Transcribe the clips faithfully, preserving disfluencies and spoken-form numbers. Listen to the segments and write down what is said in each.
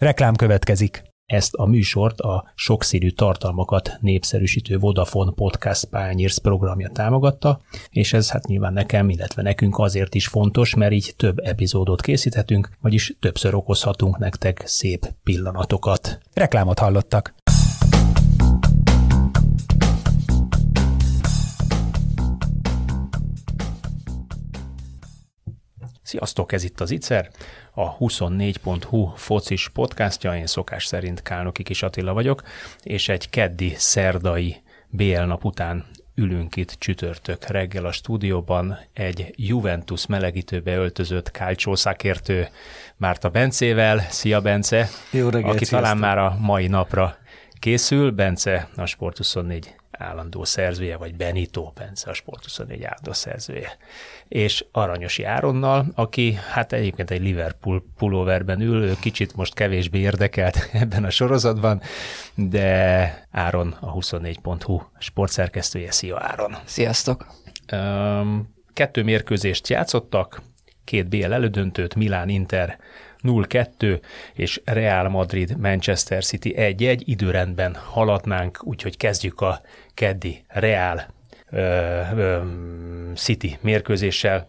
Reklám következik. Ezt a műsort a sokszínű tartalmakat népszerűsítő Vodafone Podcast Pioneers programja támogatta, és ez hát nyilván nekem, illetve nekünk azért is fontos, mert így több epizódot készíthetünk, vagyis többször okozhatunk nektek szép pillanatokat. Reklámot hallottak. Sziasztok, ez itt az Icer, a huszonnégy pont hu focis podcastja, én szokás szerint Kálnoki Kis Attila vagyok, és egy keddi szerdai bé el nap után ülünk itt csütörtök reggel a stúdióban egy Juventus melegítőbe öltözött calcio szakértő Márta Bencével. Szia, Bence! Jó reggelt, aki sziasztok. Talán már a mai napra készül. Bence a Sport huszonnégy állandó szerzője, vagy Benito Bence a Sport huszonnégy állandó szerzője. És Aranyosi Áronnal, aki hát egyébként egy Liverpool pulóverben ül, ő kicsit most kevésbé érdekelt ebben a sorozatban, de Áron a huszonnégy pont hu sportszerkesztője. Szia, Áron! Sziasztok! Kettő mérkőzést játszottak, két bé el elődöntőt, Milán Inter nulla kettő, és Real Madrid Manchester City egy egy, időrendben haladnánk, úgyhogy kezdjük a keddi Real ö, ö, City mérkőzéssel.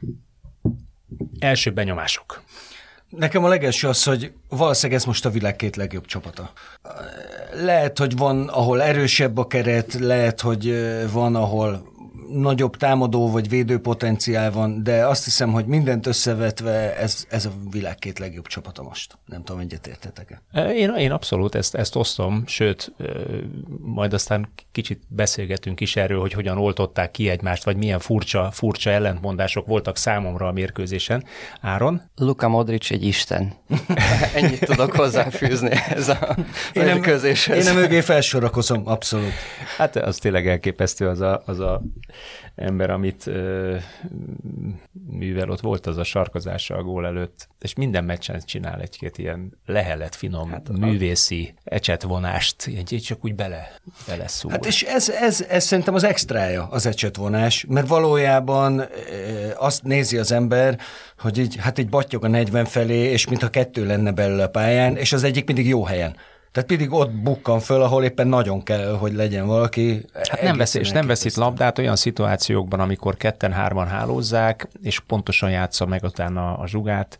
Első benyomások. Nekem a legelső az, hogy valószínűleg ez most a világ két legjobb csapata. Lehet, hogy van, ahol erősebb a keret, lehet, hogy van, ahol nagyobb támadó vagy védő potenciál van, de azt hiszem, hogy mindent összevetve ez, ez a világ két legjobb csapata most. Nem tudom, egyetértetek-e. Én, én abszolút ezt, ezt osztom, sőt, majd aztán kicsit beszélgetünk is erről, hogy hogyan oltották ki egymást, vagy milyen furcsa, furcsa ellentmondások voltak számomra a mérkőzésen. Áron? Luka Modric egy isten. Ennyit tudok hozzáfűzni ez a mérkőzéshez. Én nem mögé felsorakozom, abszolút. Hát az tényleg elképesztő az a, az a ember, amit ö, mivel ott volt az a sarkozása a gól előtt, és minden meccsen csinál egy-két ilyen lehellet, finom, hát, művészi ecsetvonást, így csak úgy bele, bele szúr. Hát és ez, ez, ez szerintem az extrája, az ecsetvonás, mert valójában e, azt nézi az ember, hogy így, hát így battyog a negyven felé, és mintha kettő lenne belőle a pályán, és az egyik mindig jó helyen. Tehát pedig ott bukkan föl, ahol éppen nagyon kell, hogy legyen valaki. Hát nem vesz, és nem veszít labdát olyan szituációkban, amikor ketten-hárman hálózzák, és pontosan játsza meg utána a zsugát.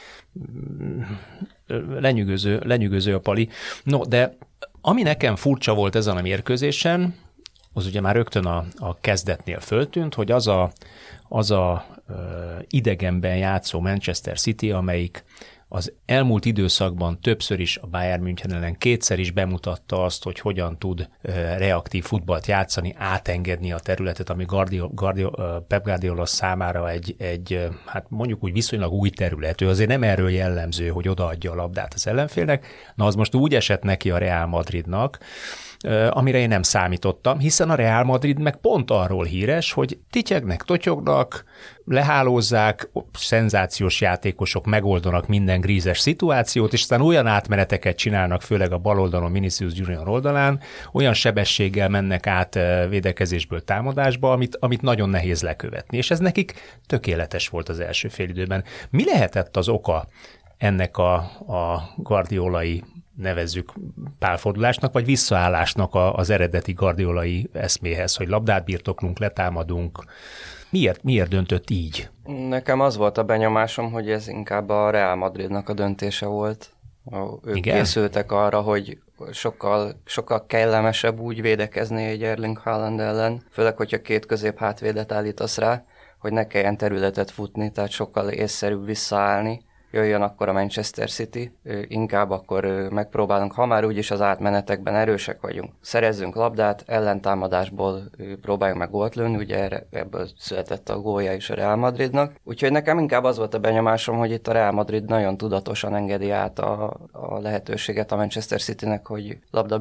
Lenyűgöző, lenyűgöző a pali. No, de ami nekem furcsa volt ezen a mérkőzésen, az ugye már rögtön a, a kezdetnél föltűnt, hogy az a, az a ö, idegenben játszó Manchester City, amelyik az elmúlt időszakban többször is a Bayern München ellen kétszer is bemutatta azt, hogy hogyan tud reaktív futballt játszani, átengedni a területet, ami Guardiola, Guardiola, Pep Guardiola számára egy, egy, hát mondjuk úgy viszonylag új terület. Ő azért nem erről jellemző, hogy odaadja a labdát az ellenfélnek. Na, az most úgy esett neki a Real Madridnak, amire én nem számítottam, hiszen a Real Madrid meg pont arról híres, hogy tityegnek, totyognak, lehálózzák, szenzációs játékosok megoldanak minden grízes szituációt, és aztán olyan átmeneteket csinálnak, főleg a bal oldalon, Vinicius Junior oldalán, olyan sebességgel mennek át védekezésből támadásba, amit, amit nagyon nehéz lekövetni. És ez nekik tökéletes volt az első félidőben. Mi lehetett az oka ennek a, a guardiolai, nevezzük pálfordulásnak, vagy visszaállásnak az eredeti guardiolai eszméhez, hogy labdát birtoklunk, letámadunk? Miért, miért döntött így? Nekem az volt a benyomásom, hogy ez inkább a Real Madridnak a döntése volt. Ők Igen? készültek arra, hogy sokkal, sokkal kellemesebb úgy védekezni egy Erling Haaland ellen, főleg, hogyha két közép hátvédet állítasz rá, hogy ne kelljen területet futni, tehát sokkal észszerűbb visszaállni. Jöjjön akkor a Manchester City, inkább akkor megpróbálunk, ha már úgyis az átmenetekben erősek vagyunk. Szerezzünk labdát, ellentámadásból próbáljunk meg gólt lőni, ugye ebből született a gólja is a Real Madridnak. Úgyhogy nekem inkább az volt a benyomásom, hogy itt a Real Madrid nagyon tudatosan engedi át a, a lehetőséget a Manchester Citynek, hogy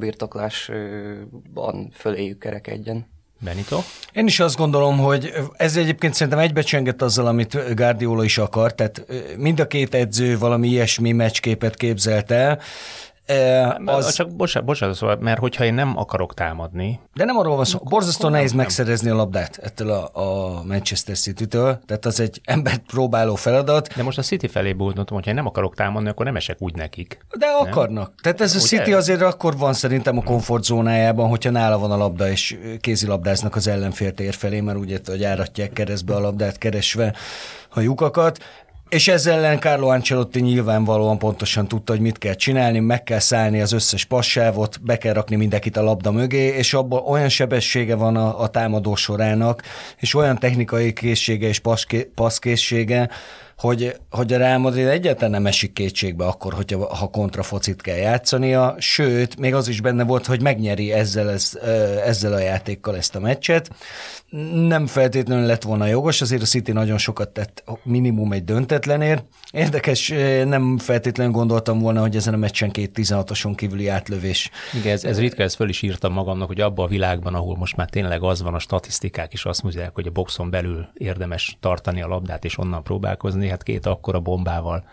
labdabirtoklásban föléjük kerekedjen. Benito? Én is azt gondolom, hogy ez egyébként szerintem egybecsengett azzal, amit Guardiola is akar, tehát mind a két edző valami ilyesmi meccsképet képzelt el. Az... Csak bocsánat, bocsánat, szóval, mert hogyha én nem akarok támadni... De nem arról van szó, borzasztó nehéz megszerezni a labdát ettől a, a Manchester City-től, tehát az egy embert próbáló feladat. De most a City felé bújtottam, hogyha én nem akarok támadni, akkor nem esek úgy nekik. De nem? Akarnak. Tehát ez a Ugye? City azért akkor van szerintem a komfortzónájában, hogyha nála van a labda, és kézilabdáznak az ellenfél tér felé, mert ugye, hogy áratják keresztbe a labdát, keresve a lyukakat. És ezzel ellen Carlo Ancelotti nyilvánvalóan pontosan tudta, hogy mit kell csinálni, meg kell szállni az összes passávot, be kell rakni mindenkit a labda mögé, és abban olyan sebessége van a, a támadó sorának, és olyan technikai készsége és passzkészsége, hogy, hogy a Real Madrid egyáltalán nem esik kétségbe akkor, hogyha, ha kontrafocit kell játszania, sőt, még az is benne volt, hogy megnyeri ezzel, ez, ezzel a játékkal ezt a meccset. Nem feltétlenül lett volna jogos, azért a City nagyon sokat tett, minimum egy döntetlenért. Érdekes, nem feltétlenül gondoltam volna, hogy ezen a meccsen két tizenhatoson kívüli átlövés. Igen, ez, ez ritka, ezt föl is írtam magamnak, hogy abban a világban, ahol most már tényleg az van, a statisztikák is azt mondják, hogy a boxon belül érdemes tartani a labdát és onnan próbálkozni, hát két akkora bombával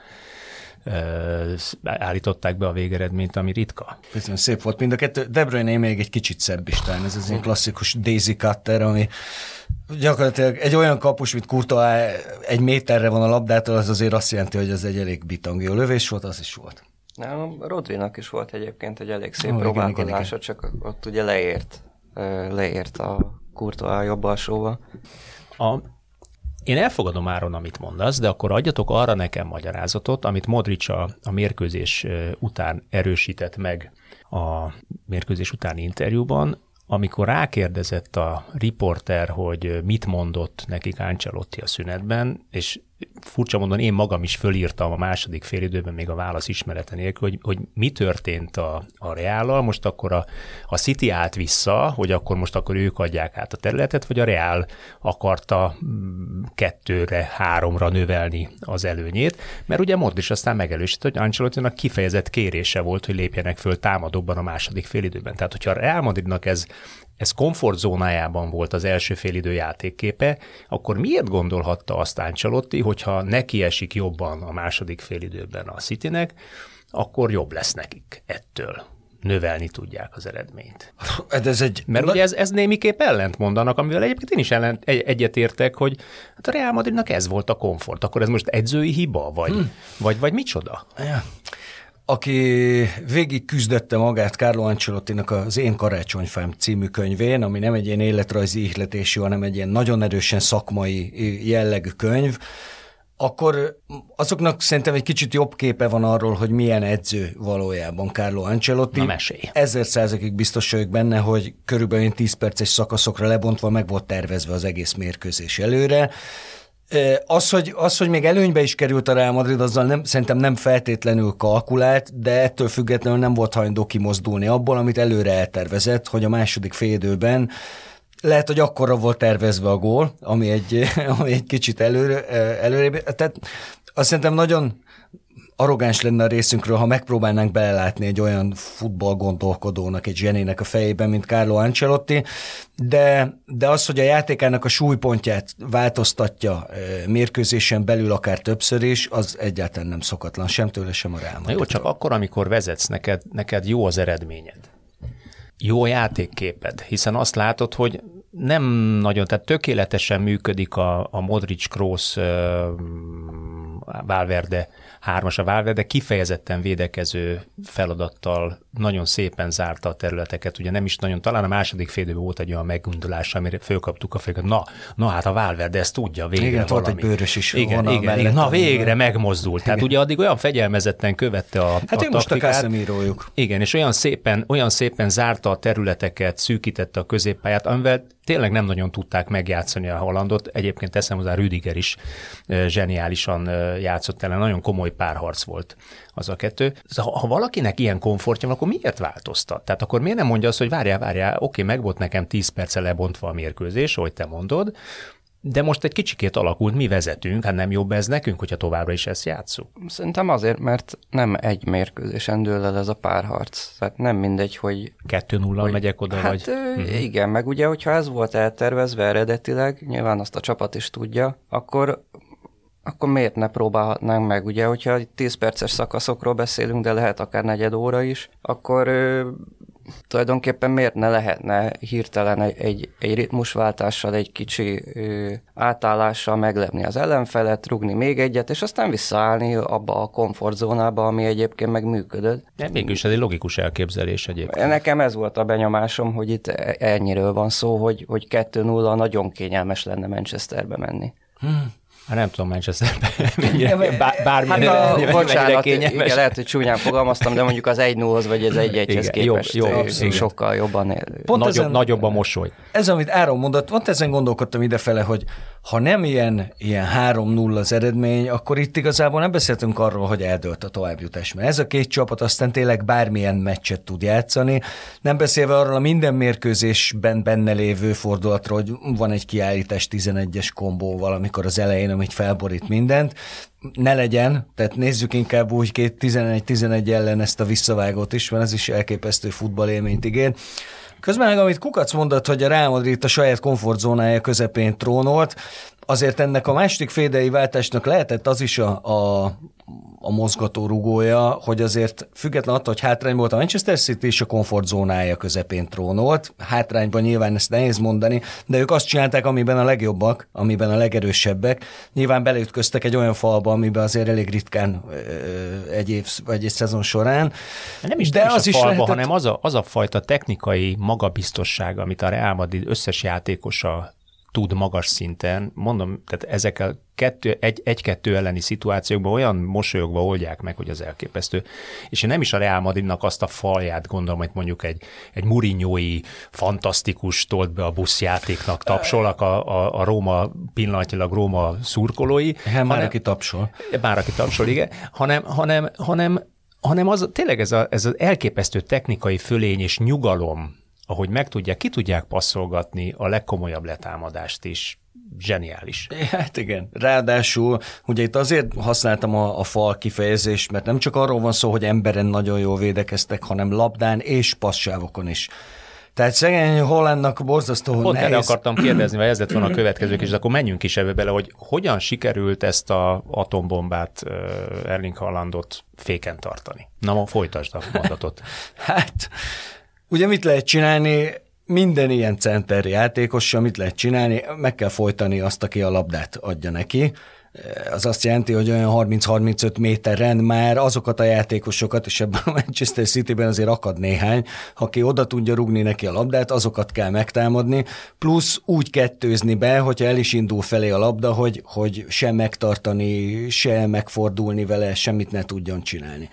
állították be a végeredményt, ami ritka. Köszönöm, szép volt mind a kettő. De Bruyne még egy kicsit szebb is talán, ez az ilyen klasszikus Daisy Cutter, ami gyakorlatilag egy olyan kapus, mint Courtois egy méterre van a labdától, az azért azt jelenti, hogy ez egy elég bitang jó lövés volt, az is volt. Nem, Rodrinak is volt egyébként egy elég szép oh, próbálkozása, csak ott ugye leért, leért a Courtois jobb alsóba. A Én elfogadom, Áron, amit mondasz, de akkor adjatok arra nekem magyarázatot, amit Modric a, a mérkőzés után erősített meg a mérkőzés utáni interjúban, amikor rákérdezett a riporter, hogy mit mondott nekik Ancelotti a szünetben, és furcsa módon én magam is fölírtam a második félidőben még a válasz ismerete nélkül, hogy, hogy mi történt a, a Reállal, most akkor a, a City állt vissza, hogy akkor most akkor ők adják át a területet, vagy a Real akarta kettőre, háromra növelni az előnyét, mert ugye Modric aztán megerősített, hogy Ancelottinak kifejezett kérése volt, hogy lépjenek föl támadóban a második félidőben. Tehát, hogyha a Real Madridnak ez ez komfortzónájában volt az első félidő játékképe, akkor miért gondolhatta azt Ancelotti, hogyha neki esik jobban a második félidőben a Citynek, akkor jobb lesz nekik ettől. Növelni tudják az eredményt. Ez egy... Mert ugye ez, ez némiképp ellent mondanak, amivel egyébként én is ellent, egy, egyetértek, hogy hát a Real Madridnak ez volt a komfort. Akkor ez most edzői hiba, vagy, hmm. vagy, vagy micsoda? Ja. Aki végig küzdötte magát Carlo Ancelottinak az Én karácsonyfám című könyvén, ami nem egy ilyen életrajzi ihletésű, hanem egy ilyen nagyon erősen szakmai jellegű könyv, akkor azoknak szerintem egy kicsit jobb képe van arról, hogy milyen edző valójában Carlo Ancelotti. Na mesélj. Ezer százalékig biztos vagyok benne, hogy körülbelül tíz perces szakaszokra lebontva meg volt tervezve az egész mérkőzés előre. Az hogy, az, hogy még előnybe is került a Real Madrid, azzal nem, szerintem nem feltétlenül kalkulált, de ettől függetlenül nem volt hajlandó kimozdulni abból, amit előre eltervezett, hogy a második félidőben lehet, hogy akkorra volt tervezve a gól, ami egy, ami egy kicsit előre, előre. Tehát azt szerintem nagyon arrogáns lenne a részünkről, ha megpróbálnánk belelátni egy olyan futballgondolkodónak, egy zsenének a fejében, mint Carlo Ancelotti, de, de az, hogy a játékának a súlypontját változtatja mérkőzésen belül akár többször is, az egyáltalán nem szokatlan, sem tőle, sem a Real Madridtól. Jó, csak akkor, amikor vezetsz, neked, neked jó az eredményed. Jó játékképed, hiszen azt látod, hogy nem nagyon, tehát tökéletesen működik a, a Modric, Kroos, uh, Valverde hármas, a Valverde kifejezetten védekező feladattal nagyon szépen zárta a területeket, ugye nem is nagyon, talán a második félidőben volt egy olyan meggondolás, amire fölkaptuk a fejüket, na, na hát a Valverde ezt tudja, végre igen, valami. volt egy bőrös is. Igen, igen, igen, na végre megmozdult. Tehát ugye addig olyan fegyelmezetten követte a, hát a most taktikát. Hát most a Casemirójuk. Igen, és olyan szépen, olyan szépen zárta a területeket, szűkítette a középpályát, amivel tényleg nem nagyon tudták megjátszani a Haalandot. Egyébként teszem hozzá, Rüdiger is zseniálisan játszott ellen, nagyon komoly párharc volt az a kettő. Ha valakinek ilyen komfortja van, akkor miért változtat? Tehát akkor miért nem mondja azt, hogy várjál, várjál, oké, meg volt nekem tíz perccel lebontva a mérkőzés, ahogy te mondod, de most egy kicsikét alakult, mi vezetünk, hát nem jobb ez nekünk, hogyha továbbra is ezt játsszuk? Szerintem azért, mert nem egy mérkőzésen dől el ez a párharc. Tehát nem mindegy, hogy... kettő nulla megyek oda, hát, vagy... Uh-huh. Igen, meg ugye, hogyha ez volt eltervezve eredetileg, nyilván azt a csapat is tudja, akkor akkor miért ne próbálhatnánk meg? Ugye, hogyha tíz perces szakaszokról beszélünk, de lehet akár negyed óra is, akkor ö, tulajdonképpen miért ne lehetne hirtelen egy, egy, egy ritmusváltással, egy kicsi ö, átállással meglepni az ellenfelet, rugni még egyet, és aztán visszaállni abba a komfortzónába, ami egyébként meg működött. De mégis ez egy logikus elképzelés egyébként. Nekem ez volt a benyomásom, hogy itt ennyiről van szó, hogy, hogy kettő nulla nagyon kényelmes lenne Manchesterbe menni. Hmm. Hát nem tudom, Manchesterben bármilyen hát a, bocsánat, igen, lehet, hogy csúnyán fogalmaztam, de mondjuk az egy nullhoz vagy az egy egyhez képest jobb, jobb, sokkal jobban él. Pont nagyobb, ezen, nagyobb a mosoly. Ez, amit Áron mondott, pont ezen gondolkodtam idefele, hogy ha nem ilyen, ilyen három nulla az eredmény, akkor itt igazából nem beszéltünk arról, hogy eldőlt a továbbjutás, mert ez a két csapat aztán tényleg bármilyen meccset tud játszani, nem beszélve arról a minden mérkőzésben benne lévő fordulatról, hogy van egy kiállítás tizenegyes kombó valamikor az elején, amit felborít mindent, ne legyen, tehát nézzük inkább úgy két tizenegy tizenegy ellen ezt a visszavágót is, mert ez is elképesztő futballélményt ígér. Közben meg, amit Kukac mondott, hogy a Real Madrid a saját komfortzónája közepén trónolt, azért ennek a második félidei váltásnak lehetett az is a, a, a mozgató rugója, hogy azért független attól, hogy hátrány volt a Manchester City, és a komfortzónája közepén trónolt. Hátrányban nyilván ezt nehéz mondani, de ők azt csinálták, amiben a legjobbak, amiben a legerősebbek. Nyilván beleütköztek egy olyan falba, amiben azért elég ritkán egy év vagy egy szezon során. Nem is, de nem az is a falba, lehetett... hanem az a, az a fajta technikai magabiztosság, amit a Real Madrid összes játékosa tud magas szinten, mondom, tehát ezekkel kettő, egy, egy-kettő elleni szituációkban olyan mosolyogva oldják meg, hogy az elképesztő. És én nem is a Real Madridnak azt a falját gondolom, hogy mondjuk egy, egy Mourinho-i fantasztikus tolt be a buszjátéknak tapsolnak a, a, a Róma, pillanatnyilag Róma szurkolói. Hát már aki tapsol. Már aki tapsol, igen. Hanem, hanem, hanem, hanem az, tényleg ez, a, ez az elképesztő technikai fölény és nyugalom, ahogy meg tudják, ki tudják passzolgatni a legkomolyabb letámadást is. Zseniális. Hát igen. Ráadásul, ugye itt azért használtam a, a fal kifejezést, mert nem csak arról van szó, hogy emberen nagyon jól védekeztek, hanem labdán és passzsávokon is. Tehát szegény Hollandnak borzasztó Pont nehéz. erre akartam kérdezni, vagy ez lett volna a következők, és akkor menjünk is ebbe bele, hogy hogyan sikerült ezt a atombombát, Erling Haalandot féken tartani. Na, ma folytasd a mondatot. Hát... Ugye mit lehet csinálni? Minden ilyen center játékossal mit lehet csinálni? Meg kell folytani azt, aki a labdát adja neki. Az azt jelenti, hogy olyan harminc-harmincöt méteren már azokat a játékosokat, és ebben a Manchester Cityben azért akad néhány, aki oda tudja rugni neki a labdát, azokat kell megtámadni, plusz úgy kettőzni be, hogyha el is indul felé a labda, hogy, hogy sem megtartani, sem megfordulni vele, semmit ne tudjon csinálni.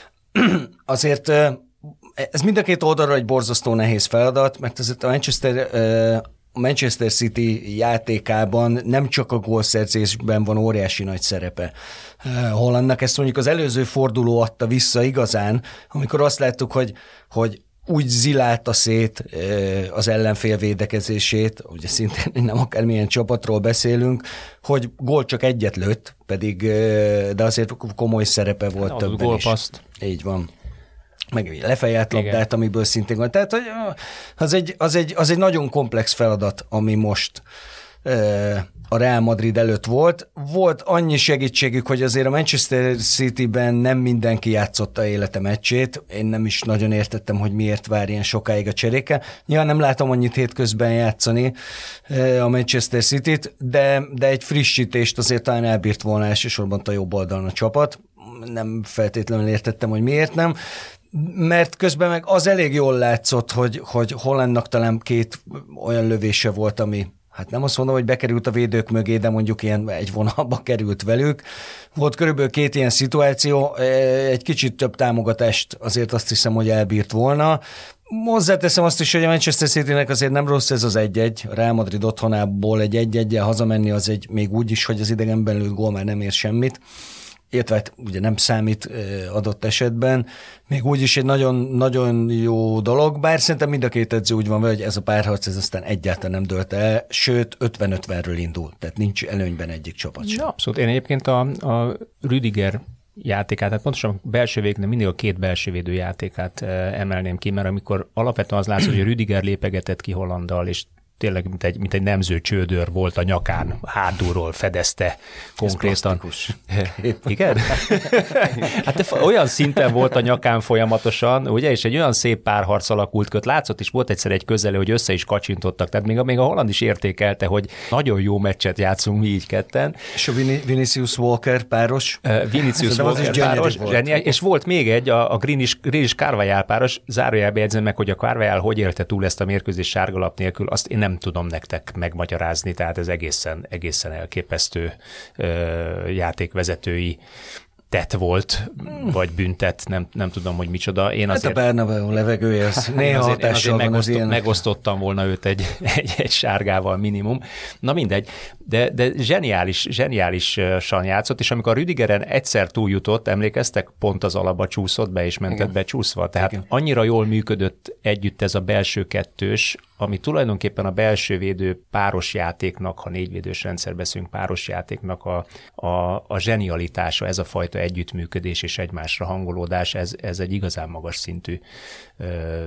Azért ez mind a két oldalra egy borzasztó nehéz feladat, mert azért a Manchester, a Manchester City játékában nem csak a gólszerzésben van óriási nagy szerepe. Hollandnak ezt mondjuk az előző forduló adta vissza igazán, amikor azt láttuk, hogy, hogy úgy zilálta szét az ellenfél védekezését, ugye szintén nem akármilyen csapatról beszélünk, hogy gól csak egyet lőtt, pedig, de azért komoly szerepe volt az többen gólpaszt. is. Így van. Meg lefejelt labdát, amiből szintén van. Tehát hogy az, egy, az, egy, az egy nagyon komplex feladat, ami most e, a Real Madrid előtt volt. Volt annyi segítségük, hogy azért a Manchester Cityben nem mindenki játszotta élete meccsét. Én nem is nagyon értettem, hogy miért vár ilyen sokáig a cseréke. Nyilván nem látom annyit hétközben játszani e, a Manchester Cityt, de, de egy frissítést azért talán elbírt volna elsősorban a jobb oldalon a csapat. Nem feltétlenül értettem, hogy miért nem. Mert közben meg az elég jól látszott, hogy, hogy Hollandnak talán két olyan lövése volt, ami, hát nem azt mondom, hogy bekerült a védők mögé, de mondjuk ilyen egy vonalba került velük. Volt körülbelül két ilyen szituáció, egy kicsit több támogatást azért azt hiszem, hogy elbírt volna. Hozzáteszem azt is, hogy a Manchester Citynek azért nem rossz ez az egy-egy. A Real Madrid otthonából egy egy-egyel hazamenni az egy még úgy is, hogy az idegenben lőtt gól már nem ér semmit. Illetve hát ugye nem számít adott esetben, még úgyis egy nagyon, nagyon jó dolog, bár szerintem mind a két edző úgy van vele, hogy ez a párharc ez aztán egyáltalán nem dölt el, sőt ötven-ötvenről indul, tehát nincs előnyben egyik csapat sem. Ja, abszolút. Én egyébként a, a Rüdiger játékát, tehát pontosan belső végnek mindig a két belső védő játékát emelném ki, mert amikor alapvetően az látszott, hogy a Rüdiger lépegetett ki Hollanddal, és tényleg mint egy, mint egy nemző csődör volt a nyakán, hátulról fedezte konkrétan. Igen? Hát olyan szinten volt a nyakán folyamatosan, ugye, és egy olyan szép párharc alakult köt, látszott is, volt egyszer egy közelő, hogy össze is kacsintottak, tehát még a, még a holland is értékelte, hogy nagyon jó meccset játszunk mi így ketten. És a Vin- Vinicius Walker páros? Uh, Vinicius Walker páros, volt. És volt még egy, a, a Greenish Carvajal páros, zárójelbe jegyzem meg, hogy a Carvajal hogy élte túl ezt a mérkőzést sárgalap nélkül, azt én nem tudom nektek megmagyarázni, tehát ez egészen, egészen elképesztő uh, játékvezetői tett volt, vagy büntet, nem, nem tudom, hogy micsoda. Én azért, hát a Bernabeu levegője, az néha azért, hatással van az ilyen. Megosztottam volna őt egy, egy, egy sárgával minimum. Na mindegy, de, de zseniális, zseniálisan játszott, és amikor a Rüdigeren egyszer túljutott, emlékeztek, pont az alapba csúszott be, és mentett be csúszva. Tehát igen. Annyira jól működött együtt ez a belső kettős, ami tulajdonképpen a belső védő páros játéknak, ha négyvédős rendszer beszélünk, páros játéknak a, a, a zsenialitása, ez a fajta együttműködés és egymásra hangolódás, ez, ez egy igazán magas szintű ö,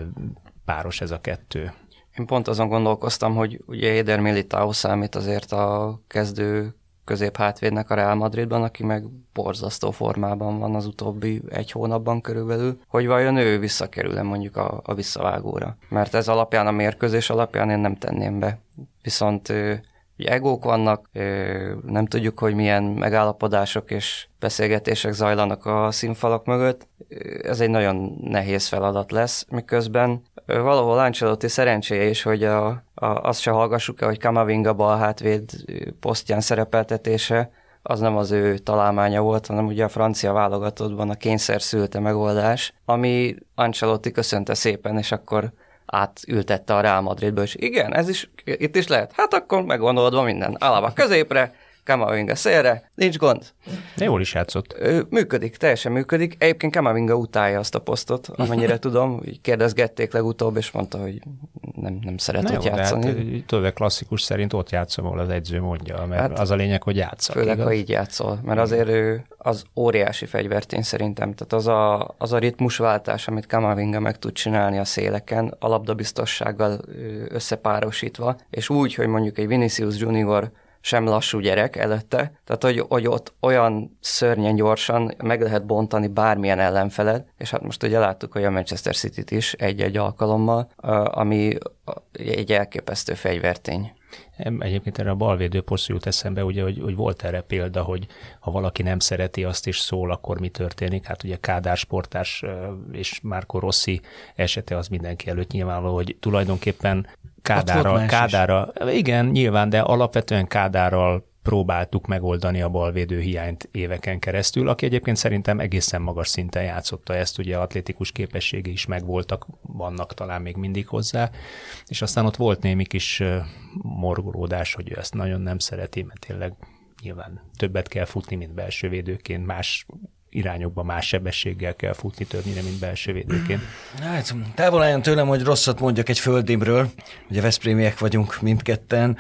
páros ez a kettő. Én pont azon gondolkoztam, hogy ugye Eder Militao számít azért a kezdő középhátvédnek a Real Madridban, aki meg borzasztó formában van az utóbbi egy hónapban körülbelül, hogy vajon ő visszakerül-e mondjuk a, a visszavágóra. Mert ez alapján, a mérkőzés alapján én nem tenném be. Viszont ugye egók vannak, nem tudjuk, hogy milyen megállapodások és beszélgetések zajlanak a színfalak mögött. Ez egy nagyon nehéz feladat lesz, miközben valahol Ancelotti szerencséje is, hogy a, a, azt se hallgassuk el, hogy Camavinga balhátvéd posztján szerepeltetése, az nem az ő találmánya volt, hanem ugye a francia válogatottban a kényszer szülte megoldás, ami Ancelotti köszönte szépen, és akkor átültette a Real Madridba, és igen, ez is, itt is lehet. Hát akkor megoldva minden. Alaba középre, Camavinga szélre, nincs gond. De jól is játszott. Működik, teljesen működik. Egyébként Camavinga utálja azt a posztot, amennyire tudom. Kérdezgették legutóbb, és mondta, hogy nem, nem szeret ott játszani. Hát, tőle klasszikus szerint ott játszom, ahol az edző mondja, mert hát, az a lényeg, hogy játszak. Főleg, igaz? Ha így játszol, mert azért ő az óriási fegyvertény szerintem. Tehát az a, az a ritmusváltás, amit Camavinga meg tud csinálni a széleken, a labdabiztossággal összepárosítva, és úgy, hogy mondjuk egy Vinicius Junior sem lassú gyerek előtte, tehát hogy, hogy ott olyan szörnyen gyorsan meg lehet bontani bármilyen ellenfeled, és hát most ugye láttuk, hogy a Manchester Cityt is egy-egy alkalommal, ami egy elképesztő fegyvertény. Egyébként erre a balvédő posztról jut eszembe, ugye, hogy, hogy volt erre példa, hogy ha valaki nem szereti azt is szól, akkor mi történik. Hát ugye Kádár sportárs és Marco Rossi esete az mindenki előtt nyilvánvaló, hogy tulajdonképpen Kádárral, Kádárral, igen, nyilván, de alapvetően Kádárral próbáltuk megoldani a balvédő hiányt éveken keresztül, aki egyébként szerintem egészen magas szinten játszotta ezt, ugye atlétikus képességei is megvoltak, vannak talán még mindig hozzá, és aztán ott volt némi kis morgolódás, hogy ő ezt nagyon nem szereti, mert tényleg nyilván többet kell futni, mint belső védőként, más irányokban más sebességgel kell futni többnyire, mint belső védőként. Hát távol álljon tőlem, hogy rosszat mondjak egy földimről, ugye veszprémiek vagyunk mindketten,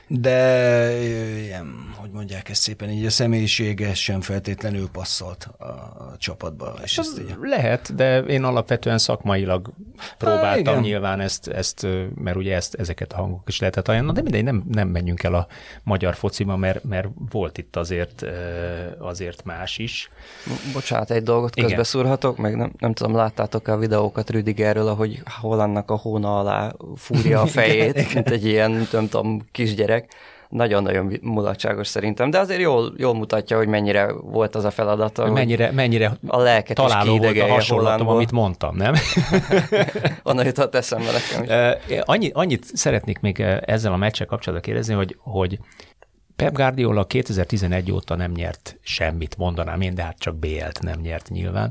de ilyen, hogy mondják ezt szépen, így a személyisége sem feltétlenül passzolt a, a csapatba. És ezt így... Lehet, de én alapvetően szakmailag próbáltam Há, nyilván ezt, ezt, mert ugye ezt, ezeket a hangok is lehetett ajánlani, de mindegy, nem, nem menjünk el a magyar fociba, mert, mert volt itt azért, azért más is. Bocsánat, egy dolgot közbeszúrhatok, meg nem, nem tudom, láttátok a videókat Rüdigerről, ahogy Hollandnak a hóna alá fúrja a fejét, mint egy ilyen, nem tudom, kisgyerek. Nagyon-nagyon mulatságos szerintem, de azért jól, jól mutatja, hogy mennyire volt az a feladata. Mennyire, mennyire a lelket találó volt a hasonlatom, amit mondtam, nem? Onnan jutott eszembe nekem is. Annyi, annyit szeretnék még ezzel a meccsel kapcsolatban kérdezni, hogy, hogy Pep Guardiola kétezer-tizenegy óta nem nyert semmit, mondanám én, de hát csak bé el-t nem nyert nyilván.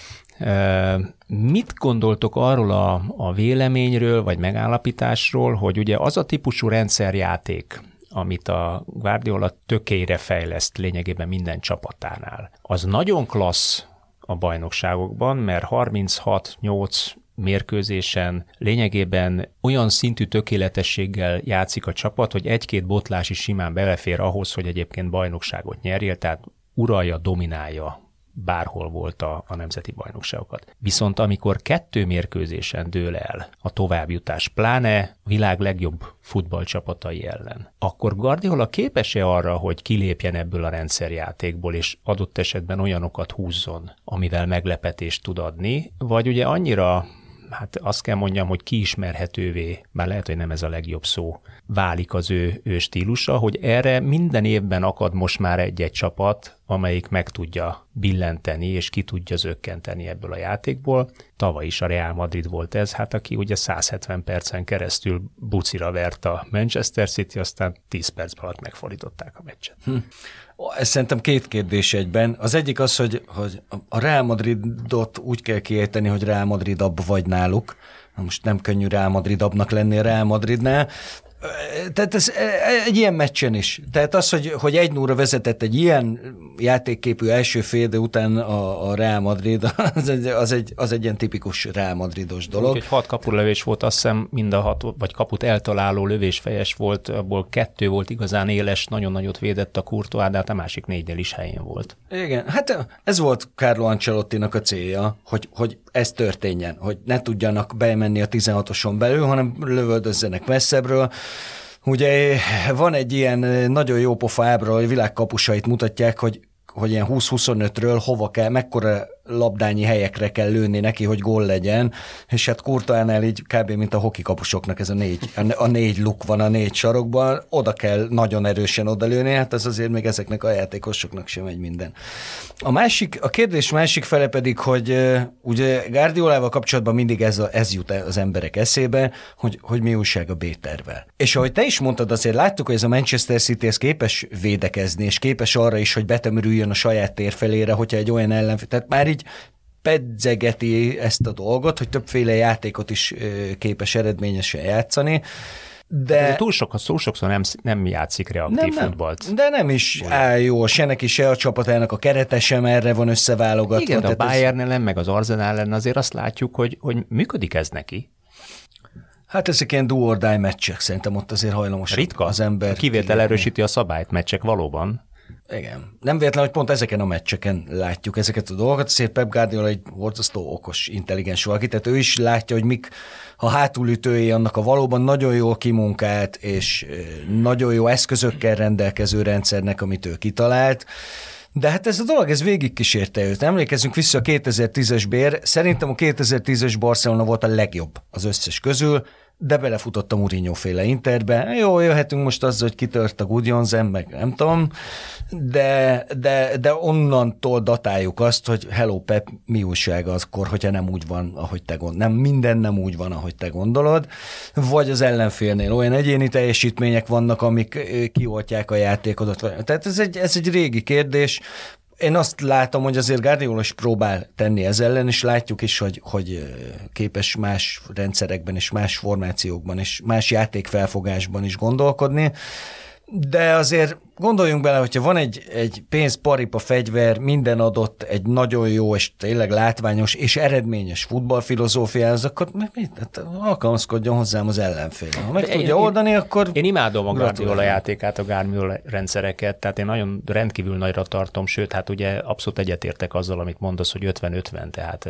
Mit gondoltok arról a, a véleményről, vagy megállapításról, hogy ugye az a típusú rendszerjáték, amit a Guardiola tökére fejleszt lényegében minden csapatánál, az nagyon klassz a bajnokságokban, mert harminchat nyolc mérkőzésen lényegében olyan szintű tökéletességgel játszik a csapat, hogy egy-két botlás is simán belefér ahhoz, hogy egyébként bajnokságot nyerjél, tehát uralja, dominálja bárhol volt a, a nemzeti bajnokságokat. Viszont amikor kettő mérkőzésen dől el a továbbjutás, pláne világ legjobb futballcsapatai ellen, akkor Guardiola képes-e arra, hogy kilépjen ebből a rendszerjátékból, és adott esetben olyanokat húzzon, amivel meglepetést tud adni, vagy ugye annyira, hát azt kell mondjam, hogy kiismerhetővé, bár lehet, hogy nem ez a legjobb szó, válik az ő, ő stílusa, hogy erre minden évben akad most már egy-egy csapat, amelyik meg tudja billenteni, és ki tudja zökkenteni ebből a játékból. Tavaly is a Real Madrid volt ez, hát aki ugye száz hetven percen keresztül bucira vert a Manchester City, aztán tíz perc alatt megfordították a meccset. Hm. Ez szerintem két kérdés egyben. Az egyik az, hogy, hogy a Real Madridot úgy kell kiejteni, hogy Real Madridabb vagy náluk. Most nem könnyű Real Madridabbnak lenni a Real Madridnál. Tehát ez egy ilyen meccsen is. Tehát az, hogy, hogy egy nulla vezetett egy ilyen játékképű első fél idő után a, a Real Madrid, az egy, az, egy, az egy ilyen tipikus Real Madridos dolog. Úgyhogy hat kapulövés volt, azt hiszem mind a hat, vagy kaput eltaláló lövésfejes volt, abból kettő volt igazán éles, nagyon nagyot védett a Courtois, de hát a másik négynél is helyén volt. Igen, hát ez volt Carlo Ancelottinak a célja, hogy, hogy ez történjen, hogy ne tudjanak bemenni a tizenhatoson belül, hanem lövöldözzenek messzebbről. Ugye van egy ilyen nagyon jó pofa ábra, hogy világkapusait mutatják, hogy, hogy ilyen húsz-huszonötről hova kell, mekkora labdányi helyekre kell lőni neki, hogy gól legyen, és hát Courtoisnál így kb. Mint a hokikapusoknak ez a négy, a négy luk van a négy sarokban, oda kell nagyon erősen odalőni, hát ez azért még ezeknek a játékosoknak sem megy minden. A másik, a kérdés másik fele pedig, hogy uh, ugye Guardiolával kapcsolatban mindig ez, a, ez jut az emberek eszébe, hogy, hogy mi újság a B-tervvel. És ahogy te is mondtad, azért láttuk, hogy ez a Manchester City ez képes védekezni, és képes arra is, hogy betömörüljön a saját térfelére, hogyha egy olyan ellenfél, tehát már így pedzegeti ezt a dolgot, hogy többféle játékot is képes eredményesen játszani, de... Túl, sok, túl sokszor nem, nem játszik reaktív nem, futballt. Nem, de nem is áll jól, se neki, se a csapatának a kerete sem erre van összeválogatva. Igen, de a Bayern ellen, meg az Arsenal ellen azért azt látjuk, hogy, hogy működik ez neki. Hát ezek ilyen do or die meccsek, szerintem ott azért hajlamos ritka az ember. A kivétel erősíti a szabályt, meccsek valóban. Igen. Nem véletlen, hogy pont ezeken a meccseken látjuk ezeket a dolgokat, azért Pep Guardiola egy borzasztó okos, intelligens valaki, tehát ő is látja, hogy mik a hátulütői annak a valóban nagyon jól kimunkált és nagyon jó eszközökkel rendelkező rendszernek, amit ő kitalált. De hát ez a dolog, ez végigkísérte őt. Emlékezzünk vissza a kétezer-tízes bér, szerintem a kétezer-tízes Barcelona volt a legjobb az összes közül, de belefutott a Mourinho-féle Interbe. Jó, jöhetünk most azzal, hogy kitört a Gudjonsen, meg nem tudom, de, de, de onnantól datáljuk azt, hogy hello Pep, mi újság azkor, hogyha nem úgy van, ahogy te gondolod. Nem, minden nem úgy van, ahogy te gondolod, vagy az ellenfélnél olyan egyéni teljesítmények vannak, amik kioltják a játékodat. Tehát ez egy, ez egy régi kérdés. Én azt látom, hogy azért Guardiola is próbál tenni ez ellen, és látjuk is, hogy, hogy képes más rendszerekben és más formációkban és más játékfelfogásban is gondolkodni, de azért gondoljunk bele, hogyha van egy, egy pénzparipa fegyver, minden adott egy nagyon jó és tényleg látványos és eredményes futballfilozófiához, akkor mit? Hát alkalmazkodjon hozzám az ellenfél. Ha meg tudja én, oldani, akkor... Én imádom a Guardiola játékát, a Guardiola rendszereket, tehát én nagyon rendkívül nagyra tartom, sőt, hát ugye abszolút egyetértek azzal, amit mondasz, hogy ötven ötven, tehát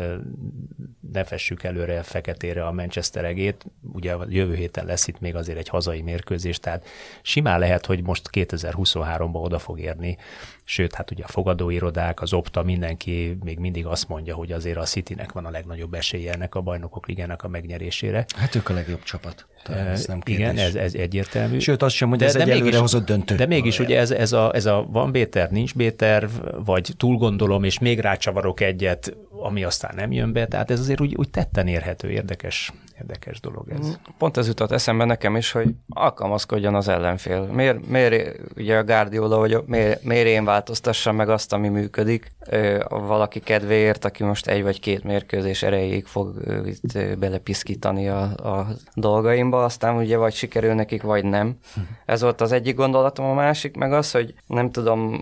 ne fessük előre feketére a Manchester egét, ugye jövő héten lesz itt még azért egy hazai mérkőzés, tehát simán lehet, hogy most kétezer-huszonháromban oda fog érni, sőt, hát ugye a fogadóirodák, az Opta, mindenki még mindig azt mondja, hogy azért a Citynek van a legnagyobb esélye ennek a Bajnokok Ligának a megnyerésére. Hát ők a legjobb csapat. Ez nem igen, ez, ez egyértelmű. Sőt, azt sem, hogy de, ez de egy előrehozott döntő. De mégis ugye ez, ez, a, ez a van B-terv, nincs B-terv, vagy túl gondolom, és még rácsavarok egyet, ami aztán nem jön be, tehát ez azért úgy, úgy tetten érhető, érdekes, érdekes dolog ez. Pont ez jutott eszembe nekem is, hogy alkalmazkodjon az ellenfél. Miért, miért ugye a Guardiola, hogy miért, miért én változtassam meg azt, ami működik, valaki kedvéért, aki most egy vagy két mérkőzés erejéig fog itt belepiszkítani a, a dolgaimba, aztán ugye vagy sikerül nekik, vagy nem. Ez volt az egyik gondolatom, a másik meg az, hogy nem tudom,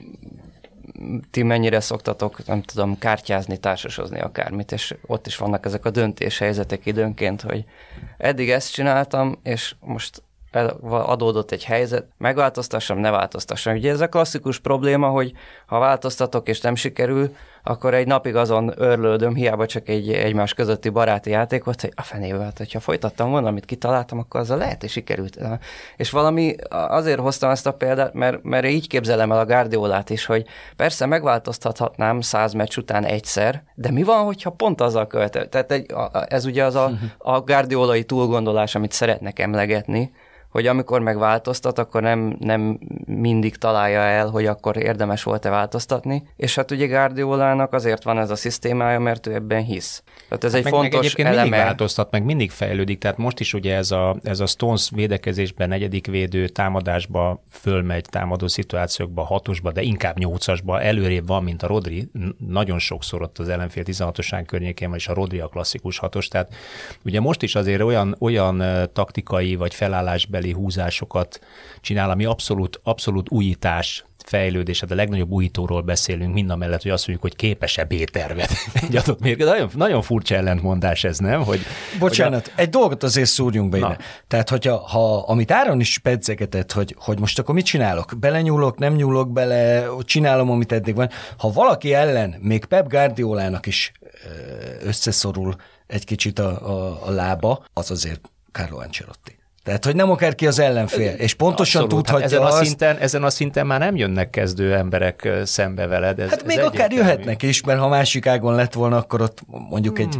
ti mennyire szoktatok, nem tudom, kártyázni, társasozni akármit, és ott is vannak ezek a döntéshelyzetek időnként, hogy eddig ezt csináltam, és most adódott egy helyzet, megváltoztassam, ne változtassam. Ugye ez a klasszikus probléma, hogy ha változtatok és nem sikerül, akkor egy napig azon örlődöm, hiába csak egy egymás közötti baráti játék volt, hogy a fenébe, hát, hogyha folytattam volna, amit kitaláltam, akkor azzal lehet, és sikerült. És valami, azért hoztam ezt a példát, mert, mert így képzelem el a Guardiolát is, hogy persze megváltoztathatnám száz meccs után egyszer, de mi van, hogyha pont azzal követel? Tehát egy, ez ugye az a, a Guardiolai túlgondolás, amit szeretnek emlegetni, hogy amikor megváltoztat, akkor nem, nem mindig találja el, hogy akkor érdemes volt-e változtatni, és hát ugye Guardiolának azért van ez a szisztémája, mert ő ebben hisz. Tehát ez hát egy meg, fontos meg egyébként eleme. Mindig változtat, meg mindig fejlődik, tehát most is ugye ez a, ez a Stones védekezésben, negyedik védő, támadásba fölmegy, támadó szituációkba, hatosba, de inkább nyolcasba, előrébb van, mint a Rodri, nagyon sokszor ott az ellenfél tizenhatosán környékén van, és a Rodri a klasszikus hatos, tehát ugye most is azért olyan, olyan taktikai vagy felállásbeli húzásokat csinál, ami abszolút, abszolút újítás, fejlődés, hát a legnagyobb újítóról beszélünk, mind a mellett, hogy azt mondjuk, hogy képes-e B-tervet egy adott mérkőzésben. Nagyon, nagyon furcsa ellentmondás ez, nem? Hogy, Bocsánat, hogy a... egy dolgot azért szúrjunk be ide. Tehát, hogyha, ha, amit Áron is pedzegetett, hogy, hogy most akkor mit csinálok? Belenyúlok, nem nyúlok bele, csinálom, amit eddig van. Ha valaki ellen, még Pep Guardiolának is összeszorul egy kicsit a, a, a lába, az azért Carlo Ancelotti. Tehát, hogy nem akár ki az ellenfél, és pontosan abszolút, tudhatja hát ezen azt... A szinten, ezen a szinten már nem jönnek kezdő emberek szembe veled. Ez, hát ez még akár jöhetnek is, mert ha másik ágon lett volna, akkor ott mondjuk hmm. egy